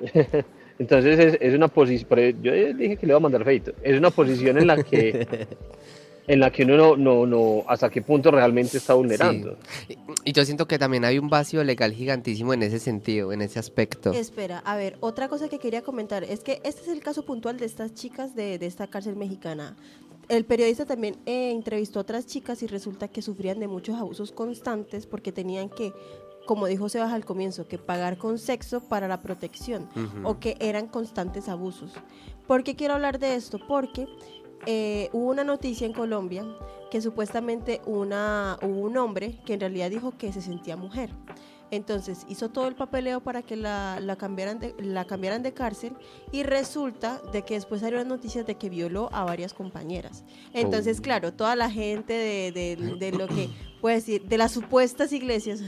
entonces es, es una posición, yo dije que le iba a mandar feito, es una posición en la que en la que uno no, no, no, hasta qué punto realmente está vulnerando. Sí. Y, y yo siento que también hay un vacío legal gigantísimo en ese sentido, en ese aspecto. Espera, a ver, otra cosa que quería comentar es que este es el caso puntual de estas chicas de, de esta cárcel mexicana. El periodista también eh, entrevistó a otras chicas y resulta que sufrían de muchos abusos constantes porque tenían que, como dijo Sebas al comienzo, que pagar con sexo para la protección Ujú. o que eran constantes abusos. ¿Por qué quiero hablar de esto? Porque eh, hubo una noticia en Colombia que supuestamente una, hubo un hombre que en realidad dijo que se sentía mujer. Entonces hizo todo el papeleo para que la, la, cambiaran de, la cambiaran de cárcel y resulta de que después salieron noticias de que violó a varias compañeras. Entonces, Oh. claro, toda la gente de, de, de lo que, puedes decir, de las supuestas iglesias,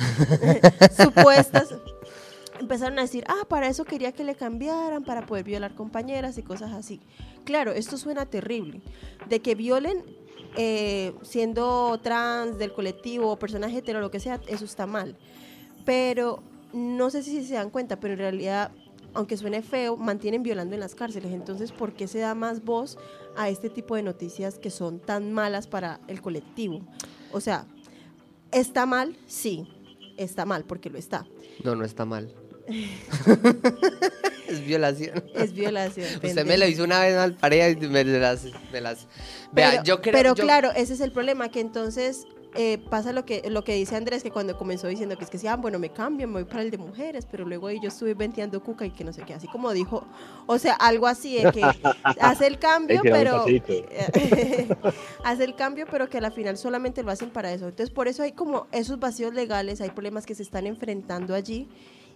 supuestas, empezaron a decir, ah, para eso quería que le cambiaran, para poder violar compañeras y cosas así. Claro, esto suena terrible, de que violen eh, siendo trans, del colectivo, personas hetero, lo que sea, eso está mal. Pero no sé si se dan cuenta, pero en realidad, aunque suene feo, mantienen violando en las cárceles. Entonces, ¿por qué se da más voz a este tipo de noticias que son tan malas para el colectivo? O sea, ¿está mal? Sí, está mal, porque lo está. No, no está mal. Es violación. Es violación. Usted pendejo. me lo hizo una vez al pareja y me las... Me las... Vea, Pero, yo creo... pero yo- claro, ese es el problema, que entonces eh, pasa lo que, lo que dice Andrés, que cuando comenzó diciendo que es que sí, ah, bueno, me cambio, me voy para el de mujeres, pero luego ahí yo estuve venteando cuca y que no sé qué, así como dijo, o sea, algo así, de que hace el cambio, Ey, tira un pero pasito. hace el cambio, pero que a la final solamente lo hacen para eso. Entonces, por eso hay como esos vacíos legales, hay problemas que se están enfrentando allí.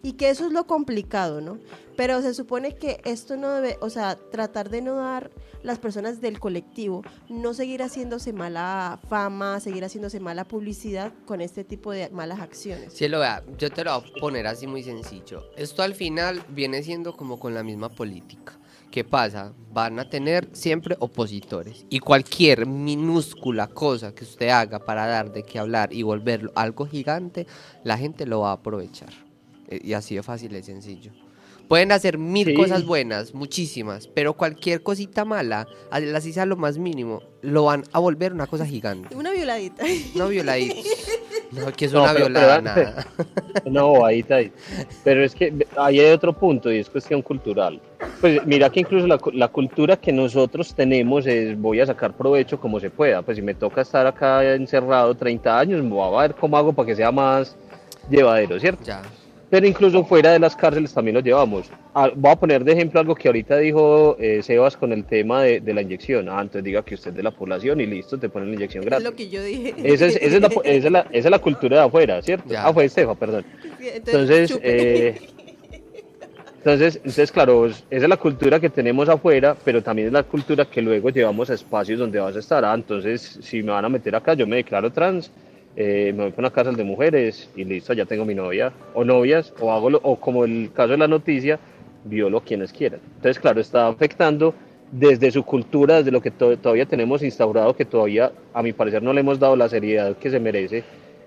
y que eso es lo complicado, ¿no? Pero se supone que esto no debe, o sea, tratar de no dar las personas del colectivo, no seguir haciéndose mala fama, seguir haciéndose mala publicidad con este tipo de malas acciones. Sí, lo vea, yo te lo voy a poner así muy sencillo. Esto al final viene siendo como con la misma política. ¿Qué pasa? Van a tener siempre opositores y cualquier minúscula cosa que usted haga para dar de qué hablar y volverlo algo gigante, la gente lo va a aprovechar. Y así de fácil y sencillo. Pueden hacer mil Sí. cosas buenas, muchísimas, pero cualquier cosita mala, así sea lo más mínimo, lo van a volver una cosa gigante. Una violadita. No violadita. No, que es No, una pero- violada, pero- nada. No, ahí está. Ahí. Pero es que ahí hay otro punto y es cuestión cultural. Pues mira que incluso la, cu- la cultura que nosotros tenemos es voy a sacar provecho como se pueda. Pues si me toca estar acá encerrado treinta años, voy a ver cómo hago para que sea más llevadero, ¿cierto? Ya. Pero incluso fuera de las cárceles también lo llevamos. Ah, voy a poner de ejemplo algo que ahorita dijo eh, Sebas con el tema de, de la inyección. Ah, entonces diga que usted es de la población y listo, te ponen la inyección Es gratis. lo que yo dije. Esa es, esa es la, esa es la, esa es la cultura de afuera, ¿cierto? Ya. Ah, fue Estefa, perdón. Entonces, chupe. eh, entonces, entonces, claro, esa es la cultura que tenemos afuera, pero también es la cultura que luego llevamos a espacios donde vas a estar. Ah, entonces, si me van a meter acá, yo me declaro trans, eh, me voy para una cárcel de mujeres y listo, ya tengo mi novia o novias, o hago lo- o como el caso de la noticia, violo a quienes quieran. Entonces, claro, está afectando desde su cultura, desde lo que to- todavía tenemos instaurado, que todavía, a mi parecer, no le hemos dado la seriedad que se merece.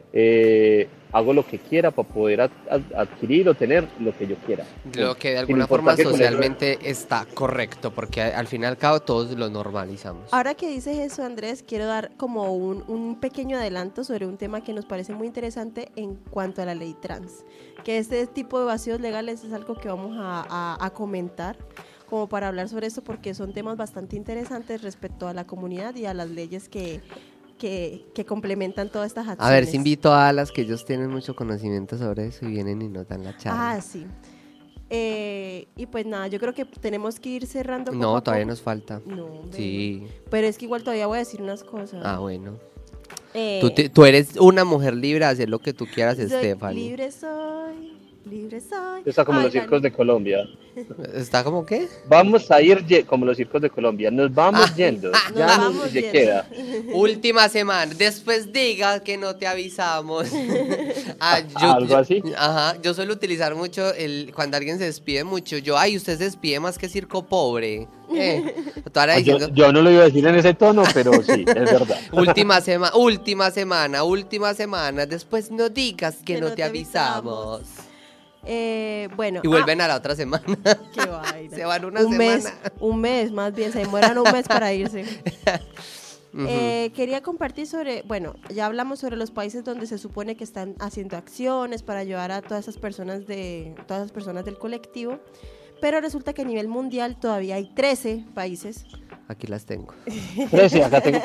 Eh, hago lo que quiera para poder ad- ad- adquirir o tener lo que yo quiera. Lo que de Sin alguna importar forma que con eso- socialmente está correcto, porque al fin y al cabo todos lo normalizamos. Ahora que dices eso, Andrés, quiero dar como un, un pequeño adelanto sobre un tema que nos parece muy interesante en cuanto a la ley trans. Que este tipo de vacíos legales es algo que vamos a, a- a comentar, como para hablar sobre esto, porque son temas bastante interesantes respecto a la comunidad y a las leyes que, que, que complementan todas estas acciones. A ver, si invito a las que ellos tienen mucho conocimiento sobre eso y vienen y nos dan la charla. Ah, sí. Eh, y pues nada, yo creo que tenemos que ir cerrando. poco No, a todavía poco. nos falta. No, hombre. Sí. Pero es que igual todavía voy a decir unas cosas. Ah, bueno. Eh, Tú, te- tú eres una mujer libre de hacer lo que tú quieras, soy Stephanie. Libre soy, libre soy. Está como los Oigan, circos de Colombia. ¿Está como qué? Vamos a ir ye- como los circos de Colombia. Nos vamos yendo. nos Ya no vamos se yendo. queda. Última semana. Después diga que no te avisamos. Ah, yo- ¿Algo yo- así? Ajá. Yo suelo utilizar mucho el cuando alguien se despide mucho. Yo, ay, usted se despide más que circo pobre. Eh, tú ahora Ah, yo, diciendo, yo no lo iba a decir en ese tono, pero sí, es verdad. última semana, última semana, última semana. Después no digas que, no, te avisamos. Eh, bueno. Y vuelven a la otra semana. ah, qué vaina. Se van una un semana. mes, un mes más bien, se demoran un mes para irse. Ujú. Eh, quería compartir sobre, bueno, ya hablamos sobre los países donde se supone que están haciendo acciones para ayudar a todas esas personas de todas esas personas del colectivo, pero resulta que a nivel mundial todavía hay trece países. Aquí las tengo. trece, acá tengo.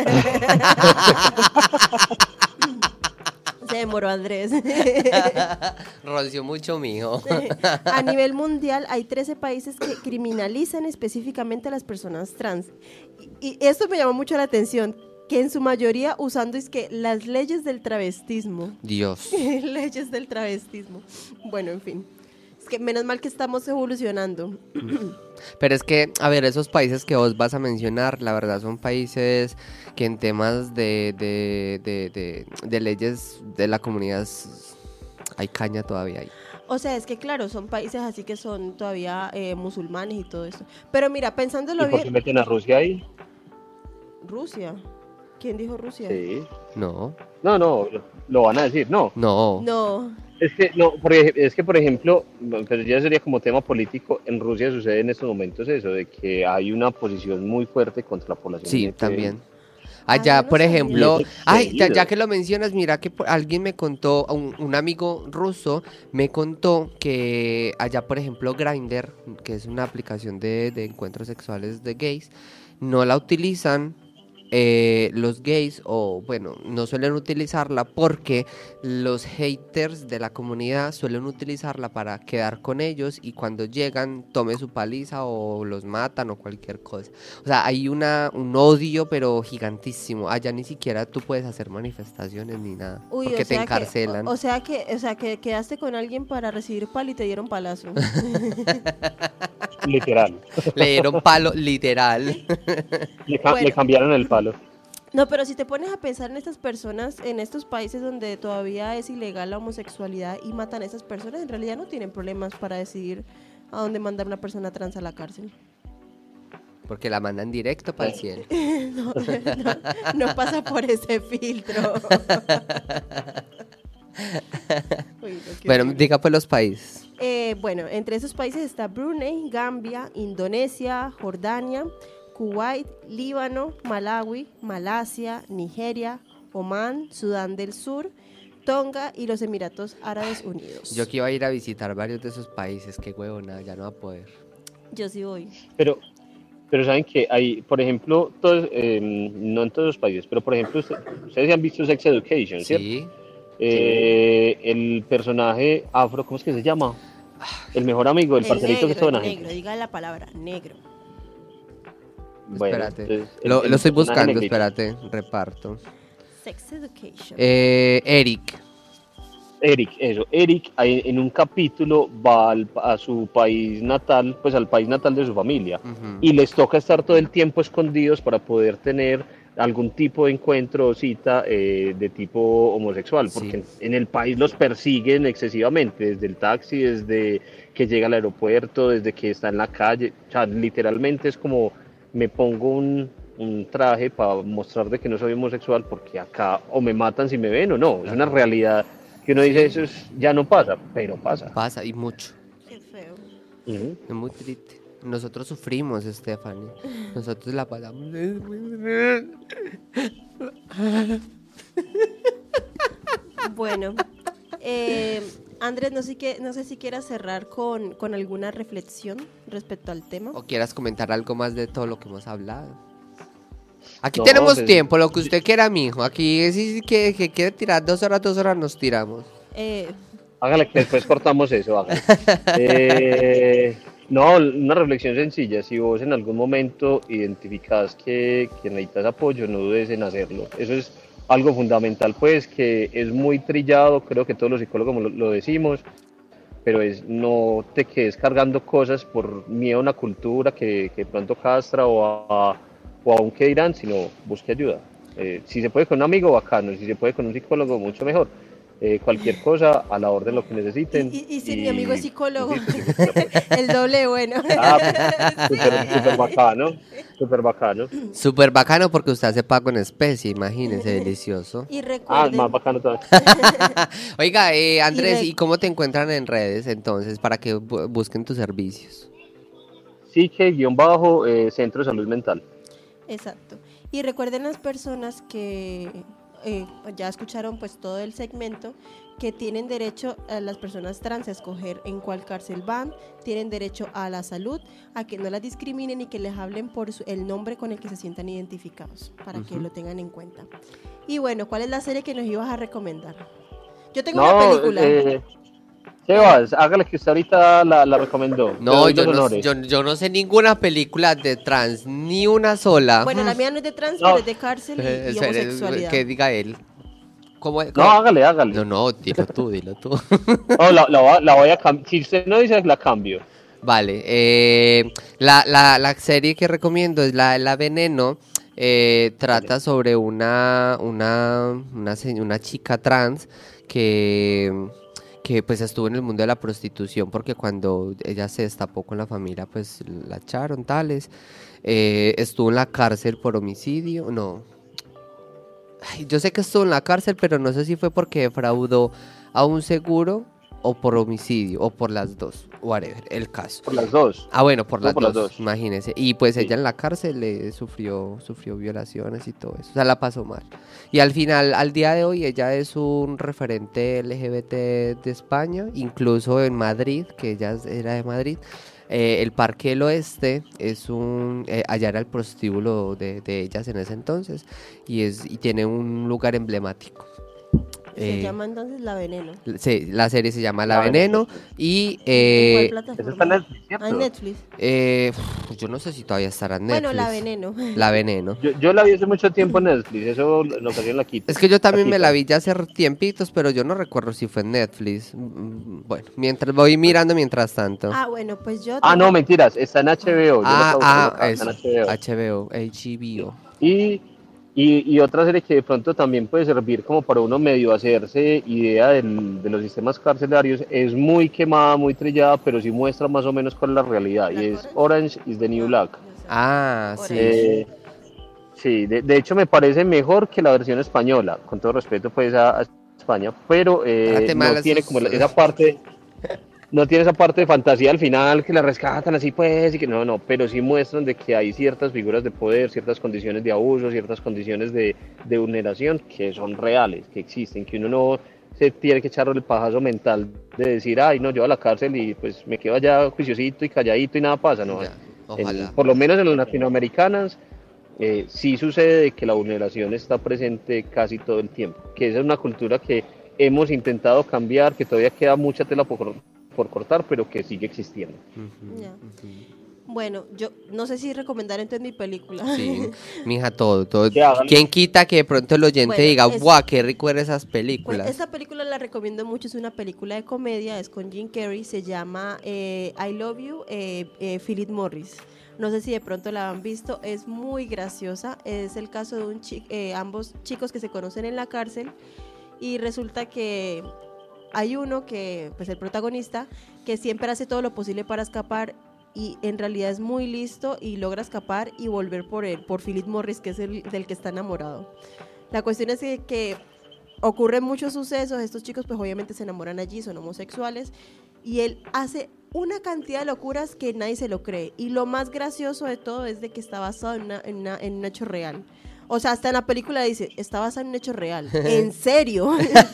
Se demoró Andrés. Ronció mucho, mijo. A nivel mundial hay trece países que criminalizan específicamente a las personas trans. Y, y esto me llamó mucho la atención, que en su mayoría usando es que las leyes del travestismo. Dios. Leyes del travestismo. Bueno, en fin. Es que menos mal que estamos evolucionando. Pero es que, a ver, esos países que vos vas a mencionar, la verdad son países que en temas de, de, de, de, de leyes de la comunidad s- hay caña todavía ahí. O sea, es que claro, son países así que son todavía eh, musulmanes y todo eso. Pero mira, pensándolo ¿Y por qué bien, meten a Rusia ahí? Rusia. ¿Quién dijo Rusia? Sí. No, No, no, lo, lo van a decir, no. no. No. Es que, no, por ej- es que, por ejemplo, pero ya sería como tema político, en Rusia sucede en estos momentos eso, de que hay una posición muy fuerte contra la población. Sí, L G T B I. también. Ah, Allá, yo no por sabía. ejemplo, Y eso es ay, ya, seguido. ya que lo mencionas, mira que por- alguien me contó, un, un amigo ruso me contó que allá, por ejemplo, Grindr, que es una aplicación de, de encuentros sexuales de gays, no la utilizan eh, los gays, o bueno, no suelen utilizarla porque los haters de la comunidad suelen utilizarla para quedar con ellos y cuando llegan tome su paliza o los matan o cualquier cosa. O sea, hay una un odio pero gigantísimo. Allá ni siquiera tú puedes hacer manifestaciones ni nada. Uy, porque o te sea encarcelan. Que, o, o sea que, o sea que quedaste con alguien para recibir palo y te dieron palazo. Literal. Le dieron palo, literal. Le, ca- Bueno. le cambiaron el palo. No, pero si te pones a pensar en estas personas, en estos países donde todavía es ilegal la homosexualidad y matan a esas personas, en realidad no tienen problemas para decidir a dónde mandar una persona trans a la cárcel. Porque la mandan directo para el cielo. No, no, no pasa por ese filtro. Uy, no, qué Bueno, horrible. diga pues los países. Eh, bueno, entre esos países está Brunei, Gambia, Indonesia, Jordania, Kuwait, Líbano, Malawi, Malasia, Nigeria, Omán, Sudán del Sur, Tonga y los Emiratos Árabes Unidos. Yo que iba a ir a visitar varios de esos países, qué huevona, ya no va a poder. Yo sí voy. Pero, pero saben que hay, por ejemplo, todos, eh, no en todos los países, pero por ejemplo, usted- ustedes han visto Sex Education, ¿cierto? Sí, Eh, el personaje afro, ¿cómo es que se llama? El mejor amigo, el, El parcerito que es negro, buena el gente. negro, diga la palabra, negro. Bueno, espérate. entonces, el- lo, el lo estoy personaje buscando, negrito. espérate, reparto. Sex Education. Eh, Eric. Eric, eso. Eric ahí en un capítulo va al- a su país natal, pues al país natal de su familia. Ujú. Y les toca estar todo el tiempo escondidos para poder tener algún tipo de encuentro o cita eh, de tipo homosexual, Sí. porque en, en el país los persiguen excesivamente, desde el taxi, desde que llega al aeropuerto, desde que está en la calle, o sea, literalmente es como me pongo un, un traje para mostrar de que no soy homosexual, porque acá o me matan si me ven o no, es una realidad que uno dice eso es- ya no pasa, pero pasa. Pasa, y mucho. Qué feo. Ujú. Es muy triste. Nosotros sufrimos, Stephanie. Nosotros la pasamos. Bueno, eh, Andrés, no sé, qué, no sé si quieras cerrar con, con alguna reflexión respecto al tema. ¿O quieras comentar algo más de todo lo que hemos hablado? Aquí No, tenemos pues- tiempo, lo que usted quiera, mijo. Aquí sí que, que quiere tirar dos horas, dos horas nos tiramos. Eh, Hágale que después cortamos eso, hágale. Eh, no, una reflexión sencilla. Si vos en algún momento identificás que, que necesitas apoyo, no dudes en hacerlo. Eso es algo fundamental, pues, que es muy trillado, creo que todos los psicólogos lo, lo decimos, pero es no te quedes cargando cosas por miedo a una cultura que, que pronto castra o a, o a un qué dirán, sino busque ayuda. Eh, si se puede con un amigo, bacano. Si se puede con un psicólogo, mucho mejor. Eh, cualquier cosa a la orden lo que necesiten. y, y- y si mi amigo es psicólogo, Sí, sí, sí. el doble de bueno. Ah, súper súper bacano, súper bacano. Súper bacano porque usted hace pago en especie, imagínese, delicioso. Y Ah, recuerden, más bacano todavía. Oiga, eh, Andrés, Y re- ¿y cómo te encuentran en redes entonces para que bu- busquen tus servicios? Sí que guión bajo eh, Centro de Salud Mental. exacto. Y recuerden las personas que eh, ya escucharon pues todo el segmento, que tienen derecho a las personas trans a escoger en cuál cárcel van, tienen derecho a la salud, a que no las discriminen y que les hablen por su- el nombre con el que se sientan identificados, para que Ujú. lo tengan en cuenta. Y bueno, ¿cuál es la serie que nos ibas a recomendar? Yo tengo No, una película. eh, Sebas, hágale que usted ahorita la, la recomendó. Te No, doy yo los no, honores. yo, yo no sé ninguna película de trans, ni una sola. Bueno, la mía no es de trans, No. pero es de cárcel y, Eh, y espere, homosexualidad. que diga él. ¿Cómo, No, cómo? hágale, hágale. No, no, dilo tú, dilo tú. No, la, la, voy- la voy a cambiar. Si usted no dice, la cambio. Vale, eh, la, la, la serie que recomiendo es la, la Veneno. eh, trata sobre una, una, una, se- una chica trans que, que pues estuvo en el mundo de la prostitución porque cuando ella se destapó con la familia pues la echaron tales. Eh, estuvo en la cárcel por homicidio, no. Ay, yo sé que estuvo en la cárcel, pero no sé si fue porque defraudó a un seguro o por homicidio, o por las dos, whatever, el caso. Por las dos. Ah, bueno, por, no, las, por dos, las dos, imagínese. Y pues sí. ella en la cárcel le sufrió, sufrió violaciones y todo eso, o sea, la pasó mal. Y al final, al día de hoy, ella es un referente L G B T de España, incluso en Madrid, que ella era de Madrid. Eh, el Parque del Oeste es un, eh, allá era el prostíbulo de, de ellas en ese entonces, y es y tiene un lugar emblemático. Se Eh, llama entonces La Veneno. Sí, la serie se llama La, La Veneno, Veneno. y ¿En eh, cuál Eso plataforma? está en Netflix, ¿cierto? Ah, en Netflix. eh, uf, yo no sé si todavía estará en Netflix. Bueno, La Veneno. La Veneno. Yo, yo la vi hace mucho tiempo en Netflix, eso lo ocasión la quita. Es que yo también me quita. la vi ya hace tiempitos, pero yo no recuerdo si fue en Netflix. Mm, Bueno, mientras voy mirando mientras tanto. Ah, bueno, pues yo... Ah, tengo- no, mentiras, está en H B O. yo lo Ah, estaba ah, buscando acá, está en eso, H B O. H B O, H B O. Y, y, y otra serie que de pronto también puede servir como para uno medio hacerse idea del- de los sistemas carcelarios, es muy quemada, muy trillada, pero sí muestra más o menos cuál es la realidad, y es Orange is the New Black. Ah, sí. Eh, sí, de, de hecho me parece mejor que la versión española, con todo respeto pues a, a España, pero eh, Párate mal, no tiene esos- como la- esa parte, no tiene esa parte de fantasía al final que la rescatan así pues, y que no, no, pero sí muestran de que hay ciertas figuras de poder, ciertas condiciones de abuso, ciertas condiciones de, de vulneración que son reales, que existen, que uno no se tiene que echar el pajazo mental de decir, ay no, yo a la cárcel y pues me quedo allá juiciosito y calladito y nada pasa, no. Ya, En- ojalá. por lo menos en las latinoamericanas, eh, sí sucede de que la vulneración está presente casi todo el tiempo, que esa es una cultura que hemos intentado cambiar, que todavía queda mucha tela por, por cortar, pero que sigue existiendo. Ujú, Ya. ujú. Bueno, yo no sé si recomendar entonces mi película. Sí, mija, todo, todo. Sí, hágale. ¿Quién quita que de pronto el oyente Bueno, diga, es- guau, qué rico eran esas Pues películas? esta película la recomiendo mucho, es una película de comedia, es con Jim Carrey, se llama eh, I Love You, eh, eh, Philip Morris. No sé si de pronto la han visto, es muy graciosa, es el caso de un chi- eh, ambos chicos que se conocen en la cárcel y resulta que hay uno que, pues el protagonista, que siempre hace todo lo posible para escapar y en realidad es muy listo y logra escapar y volver por él, por Philip Morris, que es el del que está enamorado. La cuestión es que, que ocurren muchos sucesos, estos chicos pues obviamente se enamoran allí, son homosexuales y él hace una cantidad de locuras que nadie se lo cree y lo más gracioso de todo es de que está basado en, una- en una- en un hecho real. O sea, hasta en la película dice, está basado en un hecho real. ¿En serio?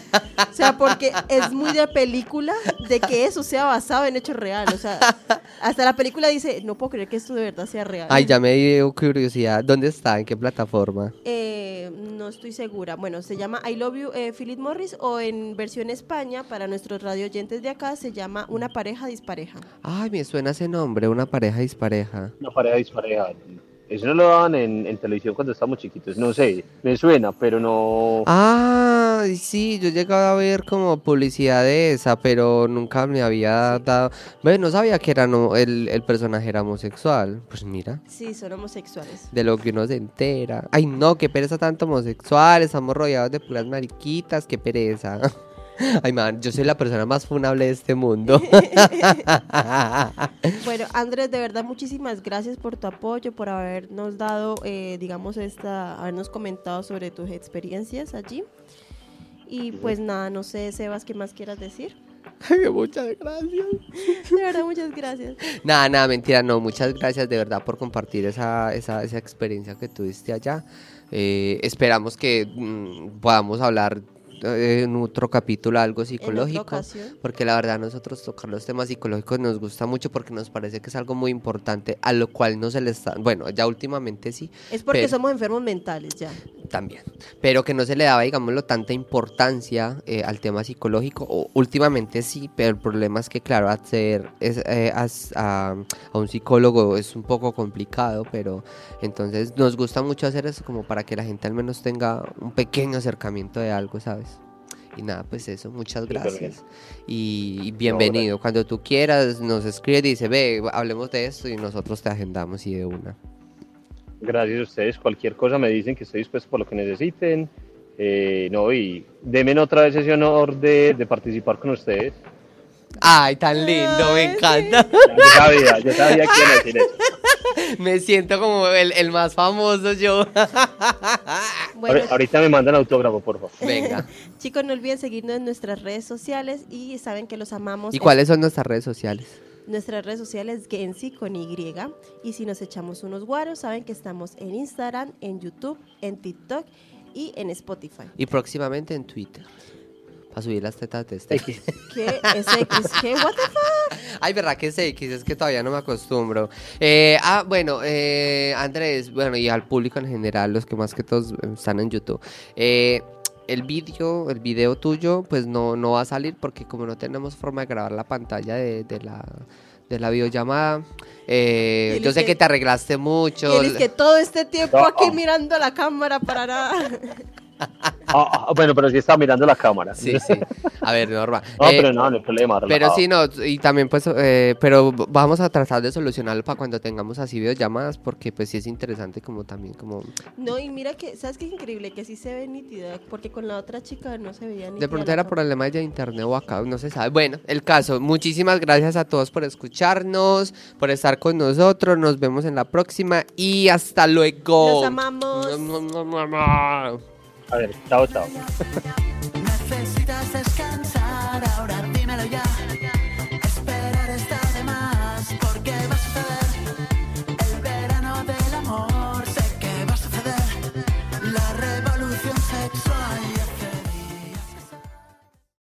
O sea, porque es muy de película de que eso sea basado en hechos real. O sea, hasta la película dice, no puedo creer que esto de verdad sea real. Ay, ya me dio curiosidad. ¿Dónde está? ¿En qué plataforma? Eh, no estoy segura. Bueno, se llama I Love You, eh, Philip Morris, o en versión España, para nuestros radio oyentes de acá, se llama Una pareja dispareja. Ay, me suena ese nombre, una pareja dispareja. Una pareja dispareja. Eso no lo daban en, en televisión cuando estábamos chiquitos, no sé, me suena, pero no... Ah, sí, yo llegaba a ver como publicidad de esa, pero nunca me había dado... Bueno, no sabía que era no, el, el personaje era homosexual. Pues mira, Sí, son homosexuales. de lo que uno se entera. Ay, no, qué pereza tanto homosexual, estamos rodeados de puras mariquitas, qué pereza. Ay, man, yo soy la persona más funable de este mundo. Bueno, Andrés, de verdad, muchísimas gracias por tu apoyo, por habernos dado, eh, digamos, esta, habernos comentado sobre tus experiencias allí. Y pues nada, no sé, Sebas, ¿qué más quieras decir? Ay, muchas gracias. De verdad, muchas gracias. Nada, nada, mentira, no, muchas gracias de verdad por compartir esa, esa, esa experiencia que tuviste allá. Eh, esperamos que mm, podamos hablar eh, en otro capítulo algo psicológico, ocasión. porque la verdad nosotros tocar los temas psicológicos nos gusta mucho porque nos parece que es algo muy importante a lo cual no se le está, bueno, ya últimamente sí, Es porque pero- somos enfermos mentales ya. también, pero que no se le daba, digámoslo, tanta importancia eh, al tema psicológico, o últimamente sí, pero el problema es que, claro, hacer es, eh, as- a, a un psicólogo es un poco complicado, pero entonces nos gusta mucho hacer eso como para que la gente al menos tenga un pequeño acercamiento de algo, ¿sabes? Y nada, pues eso, muchas Súper bien. gracias. Y, y bienvenido, cuando tú quieras nos escribes y dice, ve, hablemos de esto y nosotros te agendamos y de una. Gracias a ustedes, cualquier cosa me dicen que estoy dispuesto por lo que necesiten. Eh, no, y denme otra vez ese honor de, de participar con ustedes. Ay, tan lindo, me Ay, encanta. Yo sabía, yo sabía que iban a decir eso. Me siento como el, el más famoso yo. Bueno, ahorita me mandan autógrafo, por favor. Venga. chicos, no olviden seguirnos en nuestras redes sociales y saben que los amamos. ¿Y cuáles son nuestras redes sociales? Nuestras redes sociales Gensi con Y. Y si nos echamos unos guaros, saben que estamos en Instagram, en YouTube, en TikTok y en Spotify. Y próximamente en Twitter. Para subir las tetas de este. ¿Qué es X? ¿Qué? ¿What the fuck? Ay, verdad que es X, es que todavía no me acostumbro. Eh, ah, bueno, eh, Andrés, bueno, y al público en general, los que más que todos están en YouTube. Eh, el vídeo, el video tuyo, pues no, no va a salir porque como no tenemos forma de grabar la pantalla de, de la... de la videollamada, eh, yo sé que, que te arreglaste mucho. Y es que todo este tiempo aquí mirando la cámara para nada. Ah, bueno, pero sí estaba mirando la cámara. Sí, sí. A ver, Norma. No, eh, pero no, no hay problema. Pero Relajado. sí, no, y también pues, eh, pero vamos a tratar de solucionarlo para cuando tengamos así videollamadas, porque pues sí es interesante como también como... No, y mira que, ¿sabes qué es increíble? Que sí se ve nítida, porque con la otra chica no se veía nítida. De pronto era problema de internet o acá, no se sabe. Bueno, el caso, muchísimas gracias a todos por escucharnos, por estar con nosotros, nos vemos en la próxima y hasta luego. Los amamos. A ver, chao, chao.